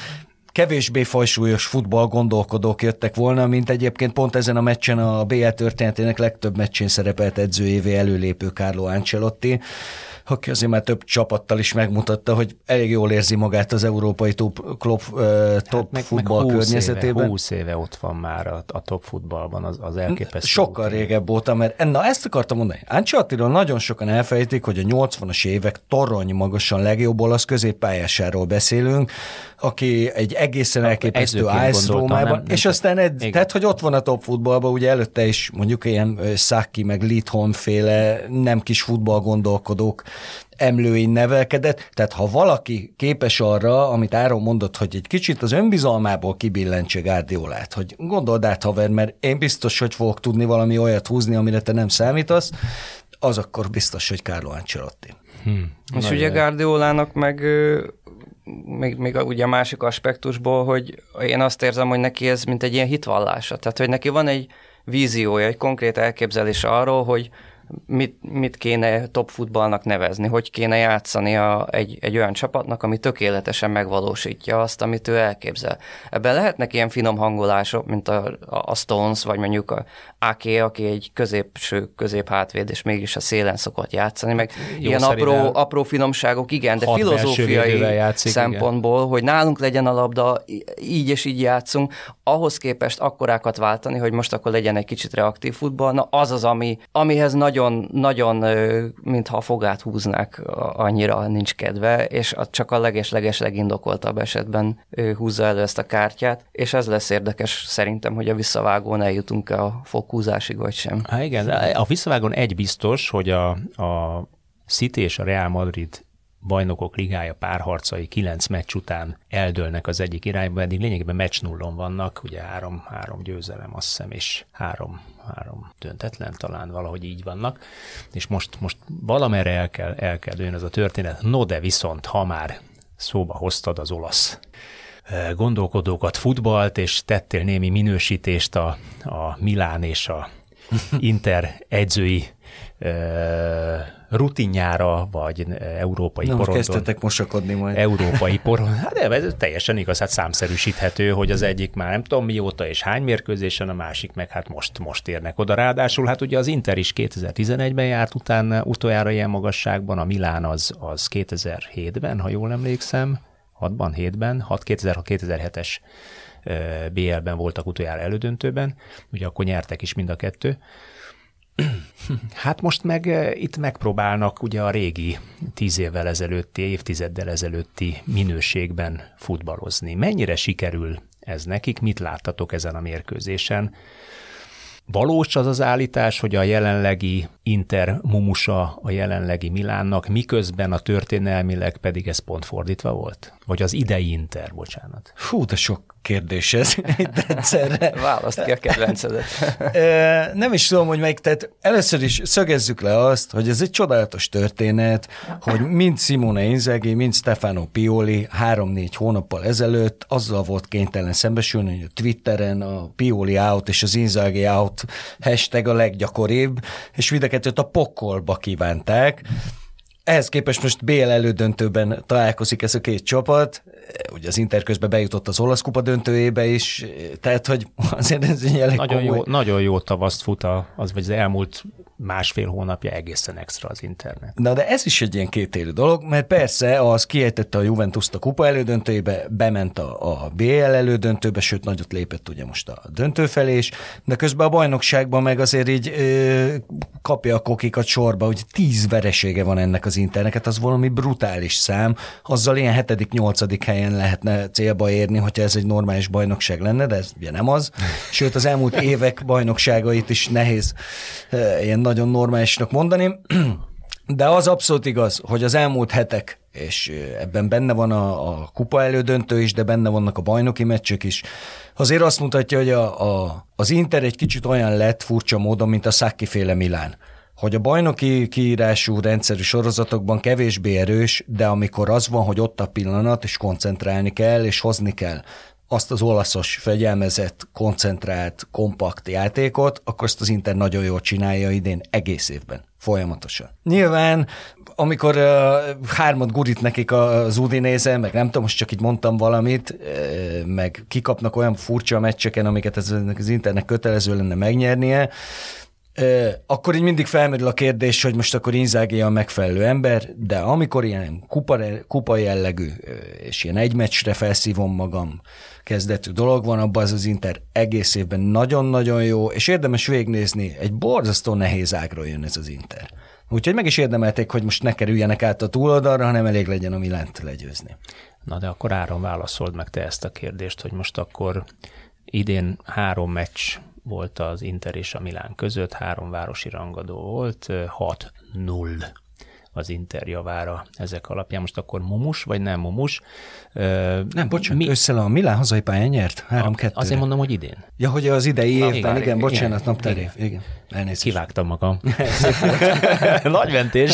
kevésbé fajsúlyos futball gondolkodók jöttek volna, mint egyébként pont ezen a meccsen a bé el történetének legtöbb meccsén szerepelt edzőjévé előlépő Carlo Ancelotti, aki azért már több csapattal is megmutatta, hogy elég jól érzi magát az európai top, top, top hát futball meg környezetében. Éve, húsz éve ott van már a, a top futballban, az, az elképesztő. Sokkal után. Régebb óta, mert na ezt akartam mondani. Ancelottiról nagyon sokan elfelejtik, hogy a nyolcvanas évek torony magasan legjobb olasz középpályásáról beszélünk, aki egy egészen elképesztő Ice Rómában, és aztán ed, tehát, hogy ott van a top futballban, ugye előtte is mondjuk ilyen Sacchi meg Lidholm féle nem kis futball gondolkodók emlőin nevelkedett, tehát ha valaki képes arra, amit Áron mondott, hogy egy kicsit az önbizalmából kibillentse Guardiolát, hogy gondold át, haver, mert én biztos, hogy fogok tudni valami olyat húzni, amire te nem számítasz, az akkor biztos, hogy Carlo Ancelotti. Hmm. És Nagyon ugye Guardiolának meg még, még ugye a másik aspektusból, hogy én azt érzem, hogy neki ez mint egy ilyen hitvallása. Tehát, hogy neki van egy víziója, egy konkrét elképzelés arról, hogy mit, mit kéne top futballnak nevezni, hogy kéne játszani a, egy, egy olyan csapatnak, ami tökéletesen megvalósítja azt, amit ő elképzel. Ebben lehetnek ilyen finom hangolások, mint a, a Stones, vagy mondjuk a Ake, aki egy középső, középhátvéd, és mégis a szélen szokott játszani, meg jó, ilyen apró, apró finomságok, igen, de filozófiai játszik, szempontból, igen. Hogy nálunk legyen a labda, így és így játszunk, ahhoz képest akkorákat váltani, hogy most akkor legyen egy kicsit reaktív futball, na az az, ami, amihez nagyon Nagyon, nagyon, mintha a fogát húznák, annyira nincs kedve, és csak a leges-leges legindokoltabb esetben húzza elő ezt a kártyát, és ez lesz érdekes szerintem, hogy a visszavágón eljutunk-e a foghúzásig, vagy sem. Há, igen, a visszavágón egy biztos, hogy a, a City és a Real Madrid bajnokok ligája párharcai kilenc meccs után eldőlnek az egyik irányba, eddig lényegében meccs nullon vannak, ugye három, három győzelem, azt hiszem, és három, három döntetlen, talán valahogy így vannak, és most, most valamerre el kell, el kell dőlni ez a történet. No, de viszont, ha már szóba hoztad az olasz gondolkodókat, futballt, és tettél némi minősítést a, a Milán és a Inter edzői rutinjára, vagy európai Na, porondon. kezdtetek mosakodni majd. Európai porondon. Hát de ez teljesen igaz, hát számszerűsíthető, hogy az egyik már nem tudom mióta és hány mérkőzésen, a másik meg hát most, most érnek oda. Ráadásul hát ugye az Inter is kétezer-tizenegyben járt után, utoljára ilyen magasságban, a Milán az, az kétezer-hétben, ha jól emlékszem, hatban, hétben, hat kétezer-hat-kétezer-hetes bé el-ben voltak utoljára elődöntőben, ugye akkor nyertek is mind a kettő. Hát most meg itt megpróbálnak ugye a régi tíz évvel ezelőtti, évtizeddel ezelőtti minőségben futballozni. Mennyire sikerül ez nekik? Mit láttatok ezen a mérkőzésen? Valós az az állítás, hogy a jelenlegi Inter mumusa a jelenlegi Milánnak, miközben a történelmileg pedig ez pont fordítva volt? Vagy az idei Inter, bocsánat. Hú, de sok kérdés ez itt egyszerre. Választ ki a kedvencedet. Nem is tudom, hogy meg, tehát először is szögezzük le azt, hogy ez egy csodálatos történet, hogy mind Simone Inzaghi, mind Stefano Pioli három-négy hónappal ezelőtt azzal volt kénytelen szembesülni, hogy a Twitteren a Pioli out és az Inzaghi out hashtag a leggyakoribb, és videkettőt a pokolba kívánták. Ehhez képest most bé el elődöntőben találkozik ez a két csapat, ugye az Inter közben bejutott az olasz kupa döntőjébe is, tehát hogy azért ez egy elég nagyon komoly... jó, nagyon jó tavaszt fut az, vagy az elmúlt másfél hónapja egészen extra az Internet. Na de ez is egy ilyen kétélű dolog, mert persze az kiejtette a Juventus-t a kupa elődöntőjébe, bement a, a bé el elődöntőbe, sőt nagyot lépett ugye most a döntő felé is, de közben a bajnokságban meg azért így ö, kapja a kokikat sorba, hogy tíz veresége van ennek az Internek, hát az valami brutális szám, azzal ilyen hetedik, nyolcadik helyen lehetne célba érni, hogyha ez egy normális bajnokság lenne, de ez ugye nem az. Sőt, az elmúlt évek bajnokságait is nehéz ilyen nagyon normálisnak mondani, de az abszolút igaz, hogy az elmúlt hetek, és ebben benne van a, a kupa elődöntő is, de benne vannak a bajnoki meccsek is, azért azt mutatja, hogy a, a, az Inter egy kicsit olyan lett furcsa módon, mint a Sacchi-féle Milán, hogy a bajnoki kiírású rendszerű sorozatokban kevésbé erős, de amikor az van, hogy ott a pillanat, és koncentrálni kell, és hozni kell azt az olaszos, fegyelmezett, koncentrált, kompakt játékot, akkor azt az Inter nagyon jól csinálja idén egész évben, folyamatosan. Nyilván, amikor uh, hármat gurít nekik az Udinese, meg nem tudom, most csak így mondtam valamit, uh, meg kikapnak olyan furcsa meccseken, amiket ez, az Internek kötelező lenne megnyernie, Uh, akkor így mindig felmerül a kérdés, hogy most akkor Inzaghi a megfelelő ember, de amikor ilyen kupa, kupa jellegű és ilyen egy meccsre felszívom magam kezdetű dolog van, abban az az Inter egész évben nagyon-nagyon jó, és érdemes végignézni, egy borzasztó nehéz ágról jön ez az Inter. Úgyhogy meg is érdemelték, hogy most ne kerüljenek át a túloldalra, hanem elég legyen a Milánt legyőzni. Na de akkor Áron válaszold meg te ezt a kérdést, hogy most akkor idén három meccs volt az Inter és a Milán között, három városi rangadó volt, hat null az Inter javára ezek alapján. Most akkor mumus, vagy nem mumus? Nem, bocsánat, Mi... össze a Milán hazai pályán nyert, három kettőre. Azért mondom, hogy idén. Ja, hogy az idei Na, évben, igen, igen, bocsánat, igen, naptárév. igen. Igen, elnézést. Kivágtam magam. Nagy mentés.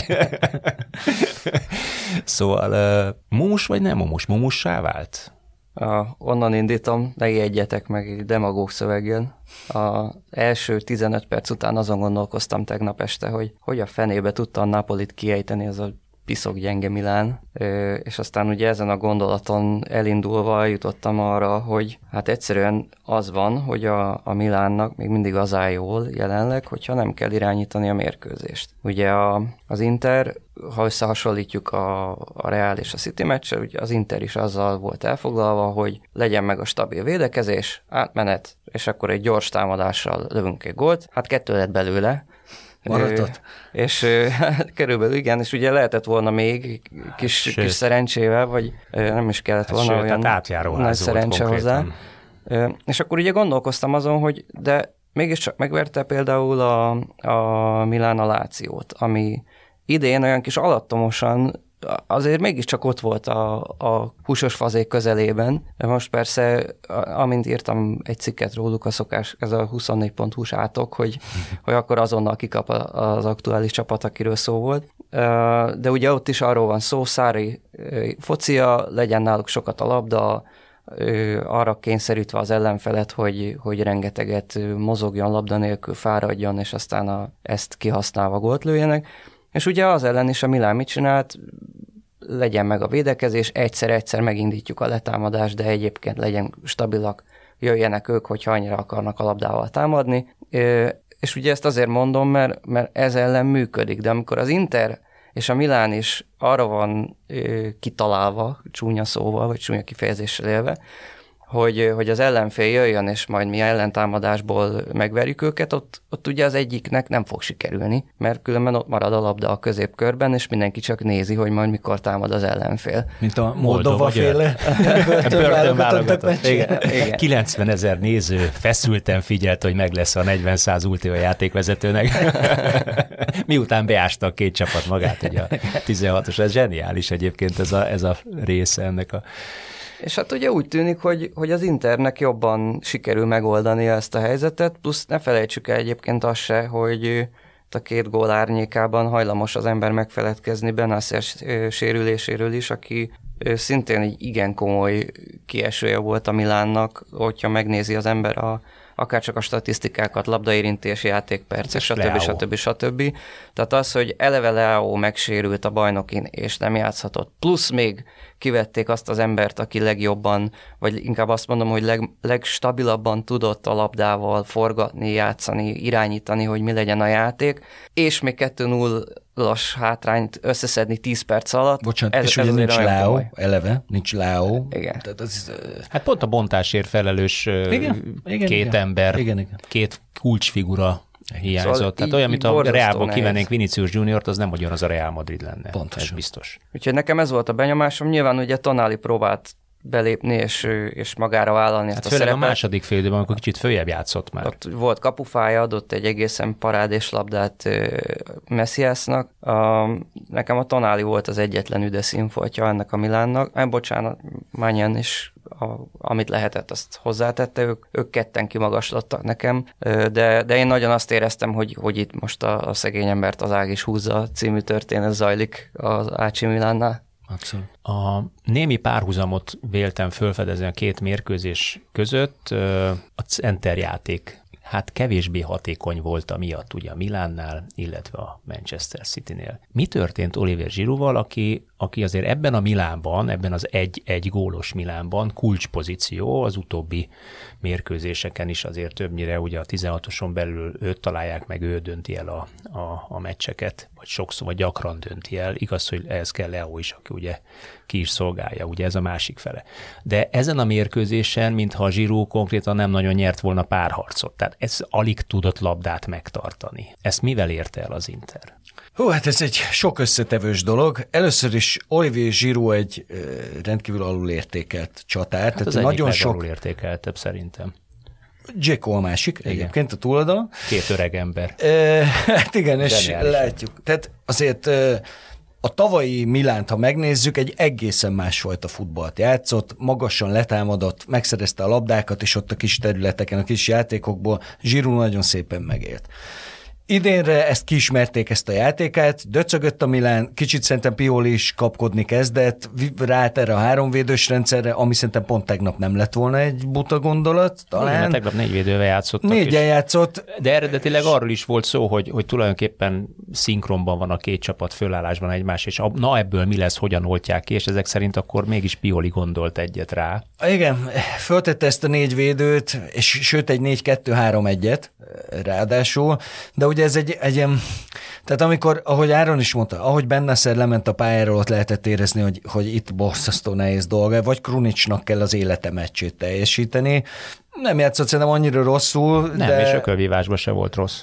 Szóval mumus, vagy nem mumus? Mumussá vált? A, onnan indítom, ne ijedjetek meg, egy demagóg szöveg jön. Az első tizenöt perc után azon gondolkoztam tegnap este, hogy hogy a fenébe tudta a Napolit kiejteni ez a piszok gyenge Milán, és aztán ugye ezen a gondolaton elindulva jutottam arra, hogy hát egyszerűen az van, hogy a, a Milánnak még mindig az áll jól jelenleg, hogyha nem kell irányítani a mérkőzést. Ugye a, az Inter, ha összehasonlítjuk a, a Real és a City meccsel, ugye az Inter is azzal volt elfoglalva, hogy legyen meg a stabil védekezés, átmenet, és akkor egy gyors támadással lövünk egy gólt. Hát kettő lett belőle, maradott. És körülbelül igen, és ugye lehetett volna még kis, kis szerencsével, vagy nem is kellett volna hát olyan nagy szerencse hozzá. És akkor ugye gondolkoztam azon, hogy de mégiscsak megverte például a, a Milán a Lációt, ami idén olyan kis alattomosan azért mégiscsak ott volt a, a húsos fazék közelében. Most persze, amint írtam egy cikket róluk, a szokás, ez a huszonnégy pont hu-s átok, hogy, hogy akkor azonnal kikap az aktuális csapat, akiről szó volt. De ugye ott is arról van szó, Sarri focia, legyen náluk sokat a labda, arra kényszerítve az ellenfelet, hogy, hogy rengeteget mozogjon labda nélkül, fáradjon, és aztán a, ezt kihasználva gólt lőjenek. És ugye az ellen is a Milán mit csinált, legyen meg a védekezés, egyszer-egyszer megindítjuk a letámadást, de egyébként legyen stabilak, jöjjenek ők, hogyha annyira akarnak a labdával támadni. És ugye ezt azért mondom, mert, mert ez ellen működik, de amikor az Inter és a Milán is arra van kitalálva, csúnya szóval, vagy csúnya kifejezéssel élve, hogy, hogy az ellenfél jöjjön, és majd mi ellentámadásból megverjük őket, ott, ott ugye az egyiknek nem fog sikerülni, mert különben ott marad a labda a középkörben, és mindenki csak nézi, hogy majd mikor támad az ellenfél. Mint a Moldova féle börtönválogatott. kilencven ezer néző feszülten figyelt, hogy meg lesz a negyven száz ulti a játékvezetőnek. Miután beásta a két csapat magát, ugye a tizenhatos, ez zseniális egyébként ez a, ez a része ennek a... És hát ugye úgy tűnik, hogy, hogy az Internek jobban sikerül megoldani ezt a helyzetet, plusz ne felejtsük el egyébként azt se, hogy a két gól árnyékában hajlamos az ember megfeledkezni Benacer sérüléséről is, aki szintén egy igen komoly kiesője volt a Milánnak, hogyha megnézi az ember a akár csak a statisztikákat, labdaérintés, játékpercek, stb. stb. stb. Tehát az, hogy eleve Leao megsérült a bajnokin, és nem játszhatott, plusz még kivették azt az embert, aki legjobban, vagy inkább azt mondom, hogy leg, legstabilabban tudott a labdával forgatni, játszani, irányítani, hogy mi legyen a játék, és még kettő nullas hátrányt összeszedni tíz perc alatt. Bocsánat, ez, és ez ugye nincs Leao, eleve, nincs Leao. Igen. Tehát az, hát pont a bontásért felelős igen, két igen, ember, igen, igen. két kulcsfigura hiányzott. Szóval Tehát így, olyan, mint a Realból kivennénk Vinicius Juniort, az nem ugyanaz a Real Madrid lenne. Pontosan. Ez biztos. Úgyhogy nekem ez volt a benyomásom. Nyilván ugye Tonali próbált belépni, és, és magára vállalni hát ezt a szerepet. Főleg a második fél időben, amikor kicsit följebb játszott már. Ott volt kapufája, adott egy egészen parádés labdát Messiasnak. Nekem a Tonali volt az egyetlen üde színfoltja ennek a Milánnak. Eh, bocsánat, Maignan is A, amit lehetett, azt hozzátette, ők, ők ketten kimagaslottak nekem, de, de én nagyon azt éreztem, hogy, hogy itt most a, a szegény embert az ág is húzza című történet zajlik az á cé Milánnál. Abszolút. A némi párhuzamot véltem felfedezni a két mérkőzés között, a centerjáték hát kevésbé hatékony volt amiatt ugye a Milánnál, illetve a Manchester Citynél. Mi történt Olivier Giroudval, aki, aki azért ebben a Milánban, ebben az egy-egy gólos Milánban kulcspozíció, az utóbbi mérkőzéseken is azért többnyire ugye a tizenhatoson belül őt találják meg, ő dönti el a, a, a meccseket, vagy sokszor, vagy gyakran dönti el. Igaz, hogy ehhez kell Leo is, aki ugye ki is szolgálja, ugye ez a másik fele. De ezen a mérkőzésen, mintha a Giroud konkrétan nem nagyon nyert volna párharcot, tehát ez alig tudott labdát megtartani. Ezt mivel érte el az Inter? Hú, hát ez egy sok összetevős dolog. Először is Olivier Giroud egy ö, rendkívül alulértékelt csatár. Hát tehát az nagyon egyik sok alulértékeltebb szerintem. Dzeko a másik, igen. Egyébként a túloldalon. Két öreg ember. E, hát igen, és látjuk. Tehát azért a tavalyi Milánt, ha megnézzük, egy egészen másfajta futballt játszott, magasan letámadott, megszerezte a labdákat, és ott a kis területeken, a kis játékokból Giroud nagyon szépen megélt. Idénre ezt kiismerték, ezt a játékát, döcögött a Milán, kicsit szerintem Pioli is kapkodni kezdett, ráállt erre a háromvédős rendszerre, ami szerintem pont tegnap nem lett volna egy buta gondolat, talán. Igen, tegnap négy védővel játszottak. Négyen játszott. De eredetileg arról is volt szó, hogy, hogy tulajdonképpen szinkronban van a két csapat fölállásban egymás, és na ebből mi lesz, hogyan oltják ki, és ezek szerint akkor mégis Pioli gondolt egyet rá. Igen, föltette ezt a négy védőt, és sőt egy négy kettő három egyet ráadásul, de ugye ez egy, egy ilyen, tehát amikor, ahogy Áron is mondta, ahogy Bennacer lement a pályáról, ott lehetett érezni, hogy, hogy itt borzasztó nehéz dolga, vagy Krunicsnak kell az élete meccsét teljesíteni. Nem játszott szerintem annyira rosszul, nem, de... és ökölvívásban se volt rossz.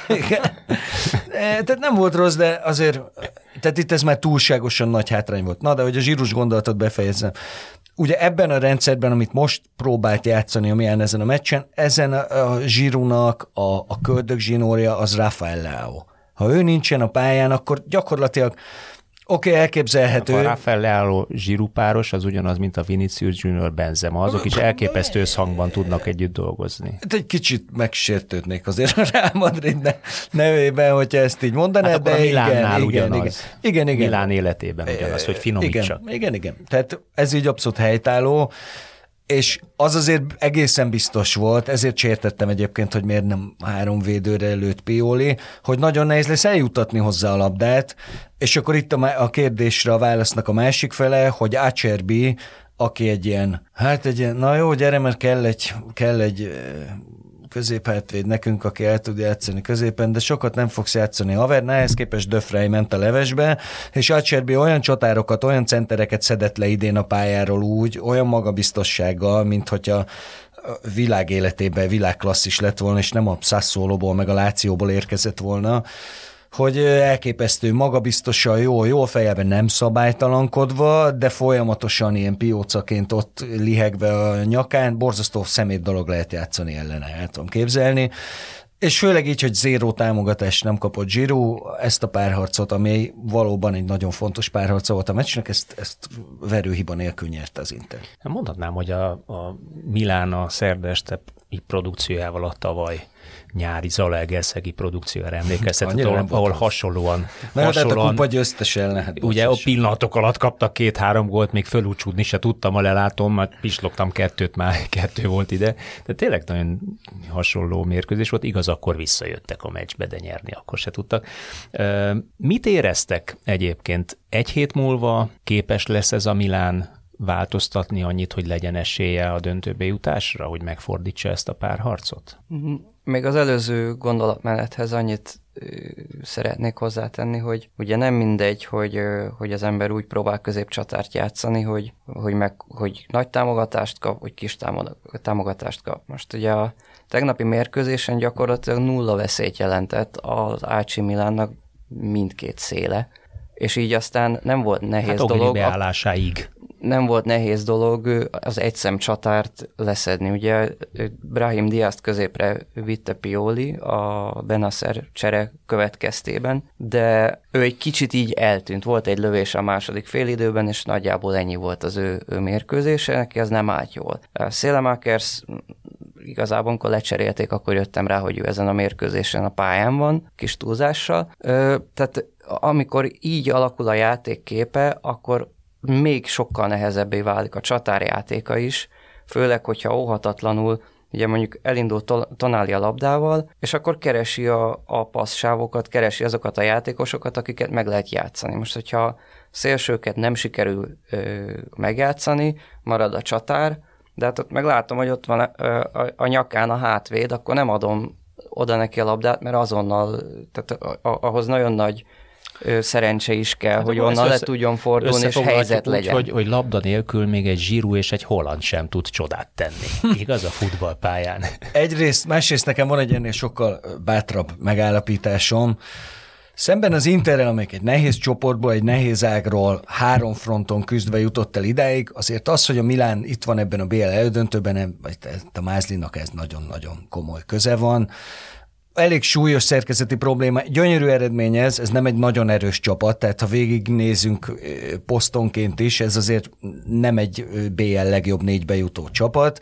Tehát nem volt rossz, de azért, tehát itt ez már túlságosan nagy hátrány volt. Na, de hogy a zsírus gondolatot befejezzem. Ugye ebben a rendszerben, amit most próbált játszani, amilyen ezen a meccsen, ezen a Giroudnak a, a köldök zsinórja az Rafael Leao. Ha ő nincsen a pályán, akkor gyakorlatilag oké, okay, elképzelhető. A Rafael Leao Giroud páros az ugyanaz, mint a Vinicius Junior Benzema. Azok is elképesztő összhangban tudnak együtt dolgozni. Egy kicsit megsértődnék azért a Real Madrid nevében, hogyha ezt így mondanád, hát de igen, igen, igen, igen, igen, igen. Milán életében ugyanaz, hogy finomítsak. Igen, igen, igen. Tehát ez így abszolút helytálló, és az azért egészen biztos volt, ezért sértettem egyébként, hogy miért nem három védőre lőtt Pioli, hogy nagyon nehéz lesz eljutatni hozzá a labdát, és akkor itt a, a kérdésre a válasznak a másik fele, hogy Acerbi, aki egy ilyen, hát egy ilyen, na jó, gyere, mert kell egy, kell egy középhátvéd nekünk, aki el tud játszani középen, de sokat nem fogsz játszani. Haver, ehhez képest De Vrij ment a levesbe, és Acerbi olyan csatárokat, olyan centereket szedett le idén a pályáról úgy, olyan magabiztossággal, mint hogyha világ életében világklasszis lett volna, és nem a Sassuolóból meg a Lációból érkezett volna, hogy elképesztő magabiztosan, jó, jó fejében nem szabálytalankodva, de folyamatosan ilyen piócaként ott lihegve a nyakán, borzasztó szemét dolog lehet játszani ellene, el tudom képzelni. És főleg így, hogy zéró támogatást nem kapott Giroud, ezt a párharcot, ami valóban egy nagyon fontos párharca volt a meccsnek, ezt, ezt verőhiba nélkül nyerte az Inter. Mondhatnám, hogy a, a Milán a szerda este produkciójával a tavaly nyári Zalaegerszegi produkcióra emlékeztetett, ahol, ahol hasonlóan... Na, hasonlóan hát a kupa győztesen lehet. Ugye a pillanatok alatt kaptak két-három gólt, még fölúcsúdni se tudtam, a lelátom, mert pislogtam kettőt, már kettő volt ide. De tényleg nagyon hasonló mérkőzés volt, igaz, akkor visszajöttek a meccsbe, de nyerni akkor se tudtak. Mit éreztek egyébként? Egy hét múlva képes lesz ez a Milán változtatni annyit, hogy legyen esélye a döntőbe jutásra, hogy megfordítsa ezt a párharcot? Még az előző gondolatmenethez annyit ö, szeretnék hozzátenni, hogy ugye nem mindegy, hogy, ö, hogy az ember úgy próbál középcsatárt játszani, hogy, hogy, meg, hogy nagy támogatást kap, vagy kis támogatást kap. Most ugye a tegnapi mérkőzésen gyakorlatilag nulla veszélyt jelentett az á cé Milánnak mindkét széle, és így aztán nem volt nehéz hát dolog. Beállásáig. Nem volt nehéz dolog az egyszem csatárt leszedni. Ugye Brahim Diazt középre vitte Pioli a Benacer csere következtében, de ő egy kicsit így eltűnt. Volt egy lövés a második félidőben, és nagyjából ennyi volt az ő, ő mérkőzése, neki az nem állt jól. Saelemaekers igazából, amikor lecserélték, akkor jöttem rá, hogy ő ezen a mérkőzésen a pályán van, kis túlzással. Ö, tehát amikor így alakul a játék képe, akkor még sokkal nehezebbé válik a csatárjátéka is, főleg, hogyha óhatatlanul, ugye mondjuk elindul Tonali a labdával, és akkor keresi a, a passzsávokat, keresi azokat a játékosokat, akiket meg lehet játszani. Most, hogyha szélsőket nem sikerül ö, megjátszani, marad a csatár, de hát ott meglátom, hogy ott van ö, a, a nyakán a hátvéd, akkor nem adom oda neki a labdát, mert azonnal, tehát ahhoz nagyon nagy szerencse is kell, hát hogy onnan le tudjon fordulni, és helyzet úgy, legyen. Hogy, hogy labda nélkül még egy Giroud és egy Holland sem tud csodát tenni. Igaz a futballpályán? Egyrészt, másrészt nekem van egy ennél sokkal bátrabb megállapításom. Szemben az Interrel, amelyik egy nehéz csoportból, egy nehéz ágról három fronton küzdve jutott el idáig, azért az, hogy a Milán itt van ebben a bé el elődöntőben, a Mázlinak ez nagyon-nagyon komoly köze van. Elég súlyos szerkezeti probléma, gyönyörű eredmény ez, ez nem egy nagyon erős csapat, tehát ha végignézünk posztonként is, ez azért nem egy bé el legjobb négybe jutó csapat.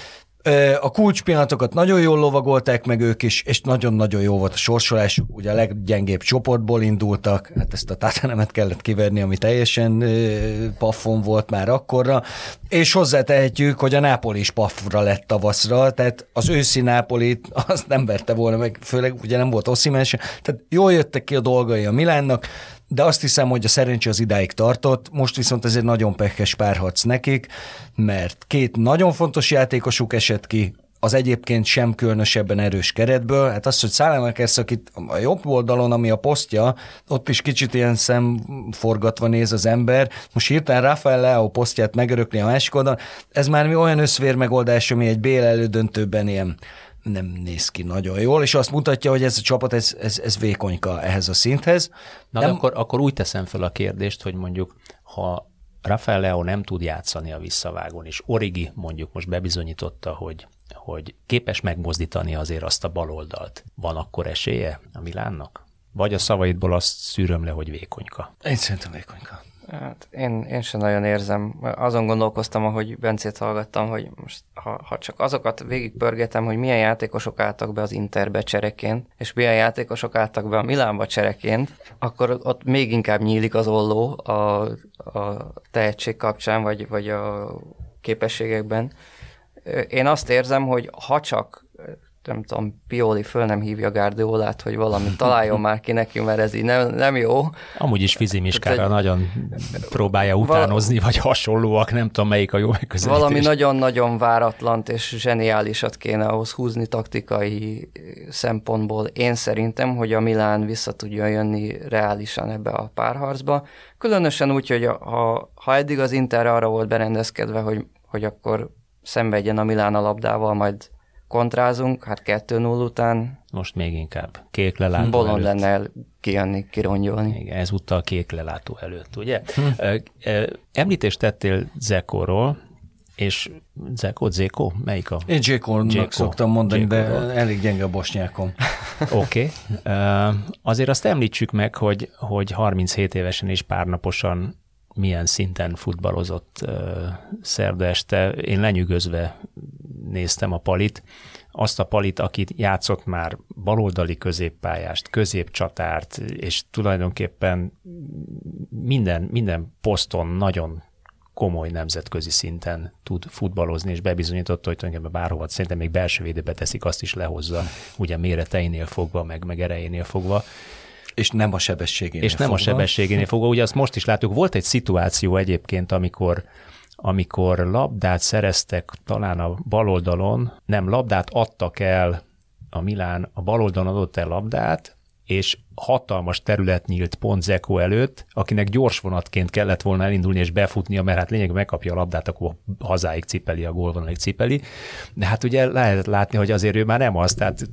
A kulcspillanatokat nagyon jól lovagolták meg ők is, és nagyon-nagyon jó volt a sorsolásuk, ugye a leggyengébb csoportból indultak, hát ezt a Tottenhamet kellett kiverni, ami teljesen paffon volt már akkorra, és hozzátehetjük, hogy a Nápoli is paffra lett tavaszra, tehát az őszi Nápolit azt nem verte volna meg, főleg ugye nem volt Osimhen sem, tehát jól jöttek ki a dolgai a Milánnak, de azt hiszem, hogy a szerencse az idáig tartott, most viszont ez egy nagyon pekhes párharc nekik, mert két nagyon fontos játékosuk esett ki, az egyébként sem különösebben erős keretből, hát az, hogy Saelemaekers, akit a jobb oldalon, ami a posztja, ott is kicsit ilyen szemforgatva néz az ember, most hirtelen Rafael Leao posztját megörökli a másik oldalon, ez már mi olyan összvér megoldás, ami egy bé el elődöntőben ilyen nem néz ki nagyon jól, és azt mutatja, hogy ez a csapat, ez, ez, ez vékonyka ehhez a szinthez. Na, nem... akkor, akkor úgy teszem fel a kérdést, hogy mondjuk, ha Rafael Leao nem tud játszani a visszavágón, és Origi mondjuk most bebizonyította, hogy, hogy képes megmozdítani azért azt a baloldalt, van akkor esélye a Milánnak? Vagy a szavaidból azt szűröm le, hogy vékonyka? Én szerintem vékonyka. Hát én, én sem nagyon érzem. Azon gondolkoztam, ahogy Bencét hallgattam, hogy most ha, ha csak azokat végigpörgetem, hogy milyen játékosok álltak be az Interbe csereként, és milyen játékosok álltak be a Milánba csereként, akkor ott még inkább nyílik az olló a, a tehetség kapcsán, vagy, vagy a képességekben. Én azt érzem, hogy ha csak nem tudom, Pioli föl nem hívja Guardiolát, hogy valamit találjon már ki neki, mert ez így nem, nem jó. Amúgy is Fizimiskára nagyon próbálja utánozni, val- vagy hasonlóak, nem tudom, melyik a jó megközelítés. Valami nagyon-nagyon váratlant és zseniálisat kéne ahhoz húzni taktikai szempontból. Én szerintem, hogy a Milán vissza tudjon jönni reálisan ebbe a párharcba. Különösen úgy, hogy ha, ha eddig az Inter arra volt berendezkedve, hogy, hogy akkor szenvedjen a Milán a labdával, majd kontrázunk, hát kettő null után. Most még inkább. Kék lelátó bolond előtt. lenne kijönni, kirongyolni. Igen, ezúttal kék lelátó előtt, ugye? Hm. Említést tettél Dzekóról, és Dzeko, Dzeko? Melyik a? Én Dzekónak szoktam mondani, Dzeko-ról. De elég gyenge a bosnyákom. Oké. Okay. Azért azt említsük meg, hogy, hogy harminchét évesen és párnaposan milyen szinten futballozott uh, szerda este. Én lenyűgözve néztem a Palit. Azt a Palit, akit játszott már baloldali középpályást, középcsatárt, és tulajdonképpen minden, minden poszton nagyon komoly nemzetközi szinten tud futballozni, és bebizonyította, hogy tulajdonképpen bárhova, szerintem még belső védőbe teszik, azt is lehozza, ugye méreteinél fogva, meg, meg erejénél fogva. És nem a sebességénél És nem fogva. a sebességénél fogva. Ugye azt most is látjuk, volt egy szituáció egyébként, amikor, amikor labdát szereztek talán a baloldalon, nem, labdát adtak el a Milán, a baloldalon adott el labdát, és hatalmas terület nyílt pont Dzeko előtt, akinek gyors vonatként kellett volna elindulni és befutnia, mert hát lényegben megkapja a labdát, akkor hazáig cipeli, a gólvonalig cipeli. De hát ugye lehetett látni, hogy azért ő már nem az, tehát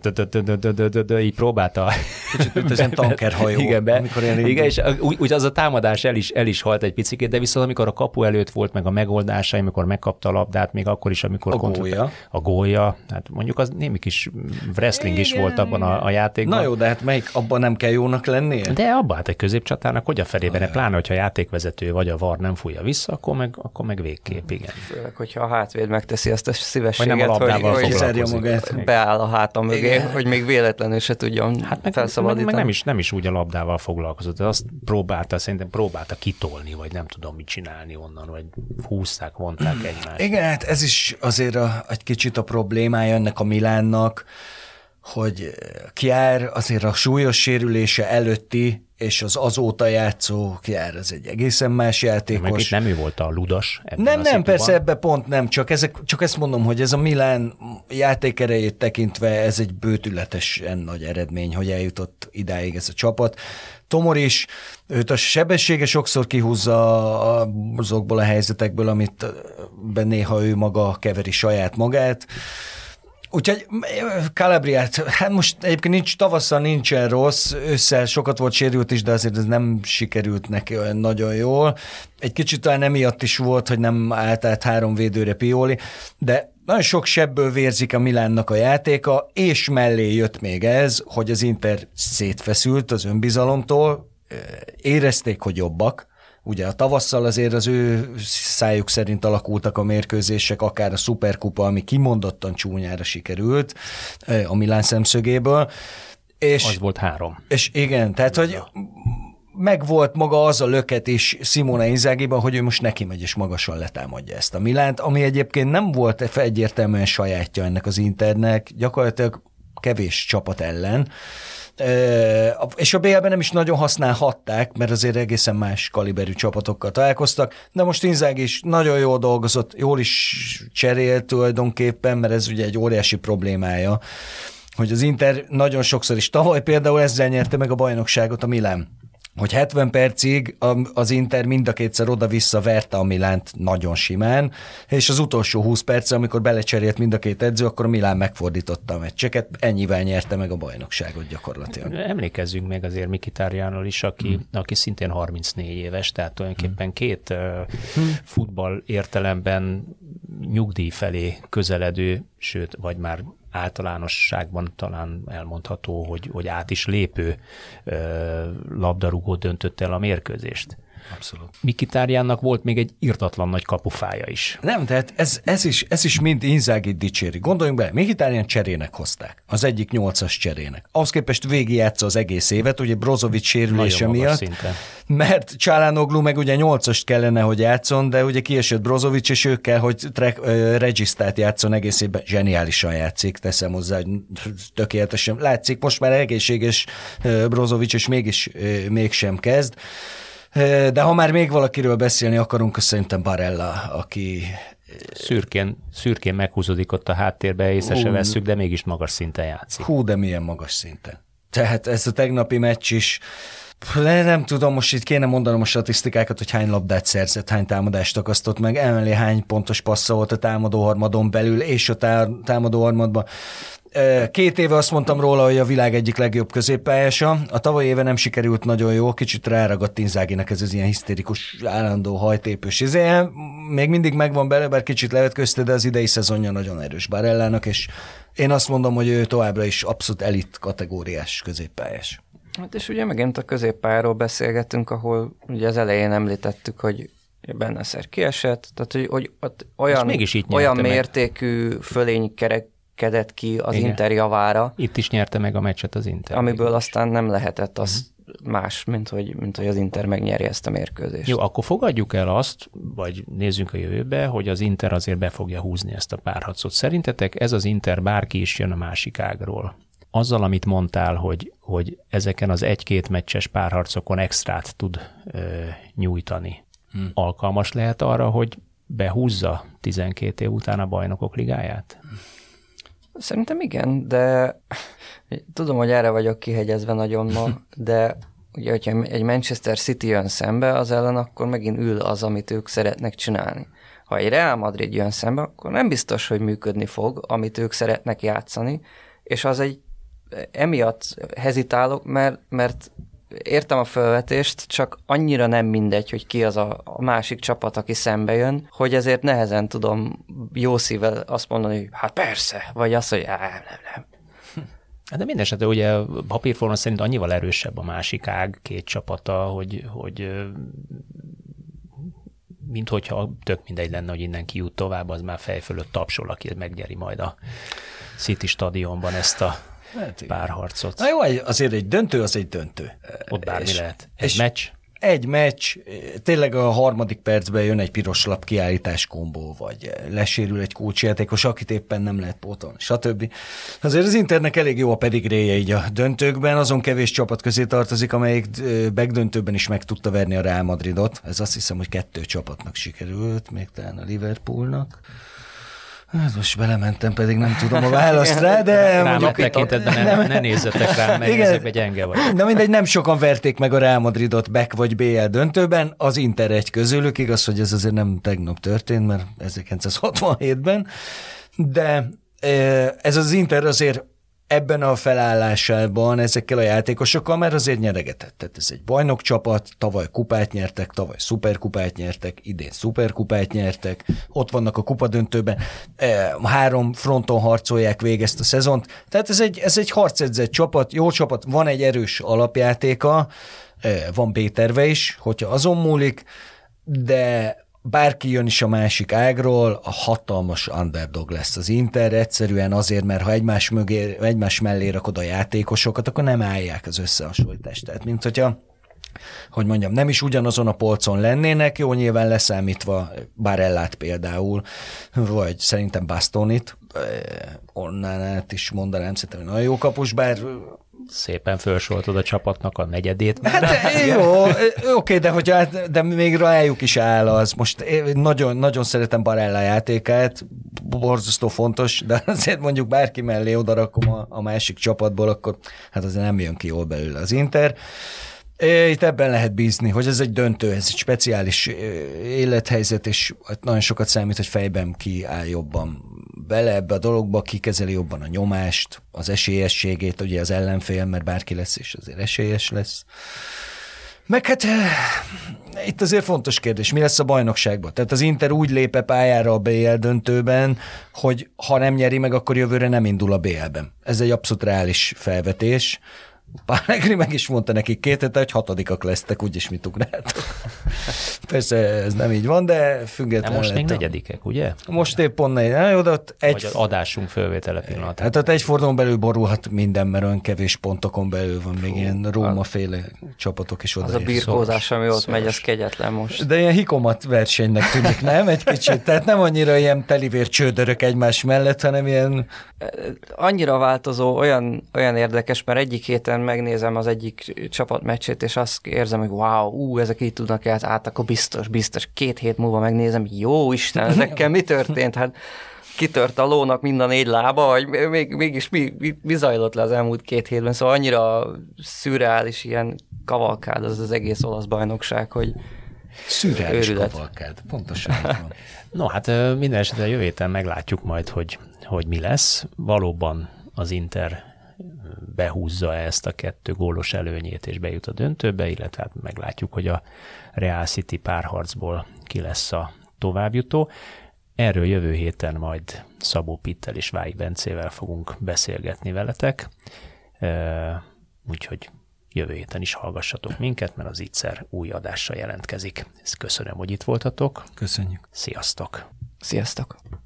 így próbálta. Kicsit, mint az ilyen tankerhajó. Igen, igen, és úgy az a támadás el is, el is halt egy picikét, de viszont amikor a kapu előtt volt meg a megoldása, amikor megkapta a labdát, még akkor is, amikor... A gólya. A gólya, hát mondjuk az némi kis wrestling is volt abban a, a játékban. Na jó, de hát melyik abban nem kell jónak lennie? De abban hát egy középcsatának, hogy a felében, pláne, hogyha játékvezető vagy a VAR nem fújja vissza, akkor meg, akkor meg végképp, igen. Főleg, hogyha a hátvéd megteszi azt a szívességet, nem a labdával hogy, foglalkozik. Magát. Beáll a háta mögé, igen. Hogy még véletlenül se tudjon hát meg, felszabadítani. Meg nem, is, nem is úgy a labdával foglalkozott, de azt próbálta, szerintem próbálta kitolni, vagy nem tudom mit csinálni onnan, vagy húzták, vonták egymást. Igen, hát ez is azért a, egy kicsit a problémája ennek a Milánnak, hogy Kjár azért a súlyos sérülése előtti és az azóta játszó Kjár, ez egy egészen más játékos. Meg itt nem ő volt a ludas. Nem, nem, szituban. Persze ebbe pont nem, csak, ezek, csak ezt mondom, hogy ez a Milán játékerejét tekintve ez egy bődületesen nagy eredmény, hogy eljutott idáig ez a csapat. Tomor is, őt a sebessége sokszor kihúzza azokból a helyzetekből, amit néha ő maga keveri saját magát. Úgyhogy Calabriát, hát most egyébként nincs, tavasszal nincsen rossz, ősszel sokat volt sérült is, de azért ez nem sikerült neki olyan nagyon jól. Egy kicsit talán emiatt is volt, hogy nem állt át három védőre Pioli, de nagyon sok sebből vérzik a Milánnak a játéka, és mellé jött még ez, hogy az Inter szétfeszült az önbizalomtól, érezték, hogy jobbak. Ugye a tavasszal azért az ő szájuk szerint alakultak a mérkőzések, akár a szuperkupa, ami kimondottan csúnyára sikerült a Milán szemszögéből. És, az volt három. És igen, tehát hogy megvolt maga az a löket is Simone Inzaghiban, hogy ő most neki megy és magasan letámadja ezt a Milánt, ami egyébként nem volt egyértelműen sajátja ennek az Internek, gyakorlatilag kevés csapat ellen. És a bé el-ben nem is nagyon használhatták, mert azért egészen más kaliberű csapatokkal találkoztak, de most Inzaghi is nagyon jól dolgozott, jól is cserélt tulajdonképpen, mert ez ugye egy óriási problémája, hogy az Inter nagyon sokszor is, tavaly például ezzel nyerte meg a bajnokságot a Milán, hogy hetven percig az Inter mind a kétszer oda-vissza verte a Milánt nagyon simán, és az utolsó húsz perc, amikor belecserélt mind a két edző, akkor a Milán megfordította a meccseket, ennyivel nyerte meg a bajnokságot gyakorlatilag. Emlékezzünk meg azért Mkhitaryanról is, aki, hmm. aki szintén harmincnégy éves, tehát tulajdonképpen két hmm. futball értelemben nyugdíj felé közeledő, sőt, vagy már általánosságban talán elmondható, hogy, hogy át is lépő ö, labdarúgó döntött el a mérkőzést. abszolút. Mkhitaryannak volt még egy irtatlan nagy kapufája is. Nem, tehát ez, ez, is, ez is mind Inzaghi dicséri. Gondoljunk bele, Mkhitaryan cserének hozták. Az egyik nyolcas cserének. Ahhoz képest végigjátsza az egész évet, ugye Brozovic sérülése miatt, szinten. Mert Çalhanoğlu meg ugye nyolcast kellene, hogy játszon, de ugye kiesett Brozovic, és ő kell, hogy trek, uh, regisztát játszon egész évben. Zseniálisan játszik, teszem hozzá, hogy tökéletesen látszik. Most már egészséges uh, Brozovic, és mégis uh, mégsem kezd. Uh, de ha már még valakiről beszélni akarunk, az szerintem Barella, aki... Szürkén, szürkén meghúzódik ott a háttérbe, észre se vesszük, de mégis magas szinten játszik. Hú, de milyen magas szinten. Tehát ez a tegnapi meccs is, nem tudom, most itt kéne mondanom a statisztikákat, hogy hány labdát szerzett, hány támadást akasztott meg, emellé hány pontos passza volt a támadóharmadon belül, és a támadóharmadban. Két éve azt mondtam róla, hogy a világ egyik legjobb középpályása. A tavaly éve nem sikerült nagyon jó, kicsit ráragadt Inzaghinek ez az ilyen hisztérikus, állandó hajtépős izéje. Még mindig megvan bele, bár kicsit levetközte, de az idei szezonja nagyon erős Barellának, és én azt mondom, hogy ő továbbra is abszolút elit kategóriás középpályás. Hát és ugye megint a középpályáról beszélgettünk, ahol ugye az elején említettük, hogy Bennacer kiesett, tehát hogy, hogy ott olyan, olyan mértékű fölény kerekedett ki az Igen. Inter javára. Itt is nyerte meg a meccset az Inter. Amiből aztán nem lehetett az uh-huh. más, mint hogy, mint hogy az Inter megnyeri ezt a mérkőzést. Jó, akkor fogadjuk el azt, vagy nézzünk a jövőbe, hogy az Inter azért be fogja húzni ezt a párharcot. Szerintetek ez az Inter bárki is jön a másik ágról? Azzal, amit mondtál, hogy, hogy ezeken az egy-két meccses párharcokon extrát tud ö, nyújtani, hmm. alkalmas lehet arra, hogy behúzza tizenkét év után a Bajnokok Ligáját? Szerintem igen, de tudom, hogy erre vagyok kihegyezve nagyon ma, de ugye, hogyha egy Manchester City jön szembe az ellen, akkor megint ül az, amit ők szeretnek csinálni. Ha egy Real Madrid jön szembe, akkor nem biztos, hogy működni fog, amit ők szeretnek játszani, és az egy emiatt hezitálok, mert, mert értem a felvetést, csak annyira nem mindegy, hogy ki az a, a másik csapat, aki szembe jön, hogy ezért nehezen tudom jó szívvel azt mondani, hogy hát persze, vagy azt, hogy á, nem, nem. De minden esetre ugye papírforma szerint annyival erősebb a másik ág, két csapata, hogy, hogy mint hogyha tök mindegy lenne, hogy innen kijut tovább, az már fej fölött tapsol, aki megnyeri majd a City stadionban ezt a hát párharcot. Na jó, azért egy döntő, az egy döntő. Ott bármi és, lehet. Egy és meccs? Egy meccs, tényleg a harmadik percben jön egy piros lap kiállítás kombó, vagy lesérül egy kulcsjátékos, akit éppen nem lehet pótolni, stb. Azért az Internek elég jó a pedigréje így a döntőkben, azon kevés csapat közé tartozik, amelyik megdöntőben is meg tudta verni a Real Madridot. Ez azt hiszem, hogy kettő csapatnak sikerült, még talán a Liverpoolnak. Hát most belementem, pedig nem tudom a választ rá, de... Rám a tekintetben ne, ne nézzetek rám, mert ezekben gyenge vagy. Na mindegy, nem sokan verték meg a Real Madridot back vagy bé el döntőben, az Inter egy közülük, igaz, hogy ez azért nem tegnap történt, mert ezerkilencszázhatvanhétben, de ez az Inter azért ebben a felállásában ezekkel a játékosokkal már azért nyeregetett. Tehát ez egy bajnokcsapat, tavaly kupát nyertek, tavaly szuperkupát nyertek, idén szuperkupát nyertek, ott vannak a kupadöntőben, három fronton harcolják végig ezt a szezont. Tehát ez egy, ez egy harcedzett csapat, jó csapat, van egy erős alapjátéka, van B-terve is, hogyha azon múlik, de bárki jön is a másik ágról, a hatalmas underdog lesz az Inter, egyszerűen azért, mert ha egymás, mögé, egymás mellé rakod a játékosokat, akkor nem állják az összehasonlítást. Tehát, mint hogyha, hogy mondjam, nem is ugyanazon a polcon lennének, jó, nyilván leszámítva Barellát például, vagy szerintem Bastonit, onnan át is mondanám, szerintem nagyon jó kapus, bár szépen felsoroltad a csapatnak a negyedét. Hát jó, oké, de, hogy át, de még rájuk is áll az. Most nagyon, nagyon szeretem Barella játékát, borzasztó fontos, de azért mondjuk bárki mellé odarakom a, a másik csapatból, akkor hát azért nem jön ki jól belőle az Inter. Itt ebben lehet bízni, hogy ez egy döntő, ez egy speciális élethelyzet, és nagyon sokat számít, hogy fejben ki áll jobban bele ebbe a dologba, ki kezeli jobban a nyomást, az esélyességét, ugye az ellenfél, mert bárki lesz, és azért esélyes lesz. Meg hát itt azért fontos kérdés, mi lesz a bajnokságban? Tehát az Inter úgy lép-e pályára a bé el döntőben, hogy ha nem nyeri meg, akkor jövőre nem indul a bé el-ben. Ez egy abszolút reális felvetés. Pellegrini meg is mondta nekik két hete, hogy hatodikak lesztek, úgyis mit ugráltok. Persze ez nem így van, de függetlenül. De most még negyedikek, ugye? Most épp pont negyedikek, oda egy... Vagy az adásunk fölvétele pillanatban. Hát ott egy fordulón belül borulhat minden, mert olyan kevés pontokon belül van, még Fú, ilyen Róma-féle csapatok is oda. Az a birkózás, ami ott megy, az kegyetlen most. De ilyen hikomat versenynek tűnik, nem? Egy kicsit. Tehát nem annyira ilyen telivér csődörök egymás mellett, hanem ilyen... Annyira változó, olyan, olyan érdekes, mert egyik héten megnézem az egyik csapat meccsét, és azt érzem, hogy wow, ú, ezek így tudnak el, át, akkor biztos, biztos. Két hét múlva megnézem, jó Isten, ezekkel mi történt? Hát kitört a lónak mind a négy lába, vagy még, mégis mi, mi, mi zajlott le az elmúlt két hétben? Szóval annyira szürreális ilyen kavalkád az az egész olasz bajnokság, hogy szürreális kavalkád, pontosan. No, hát minden esetre jövő héten meglátjuk majd, hogy, hogy mi lesz. Valóban az Inter behúzza ezt a kettő gólos előnyét, és bejut a döntőbe, illetve hát meglátjuk, hogy a Real City párharcból ki lesz a továbbjutó. Erről jövő héten majd Szabó Pittel és Vályi Bencével fogunk beszélgetni veletek, úgyhogy jövő héten is hallgassatok minket, mert az Ittszer új adással jelentkezik. Ezt köszönöm, hogy itt voltatok. Köszönjük. Sziasztok! Sziasztok!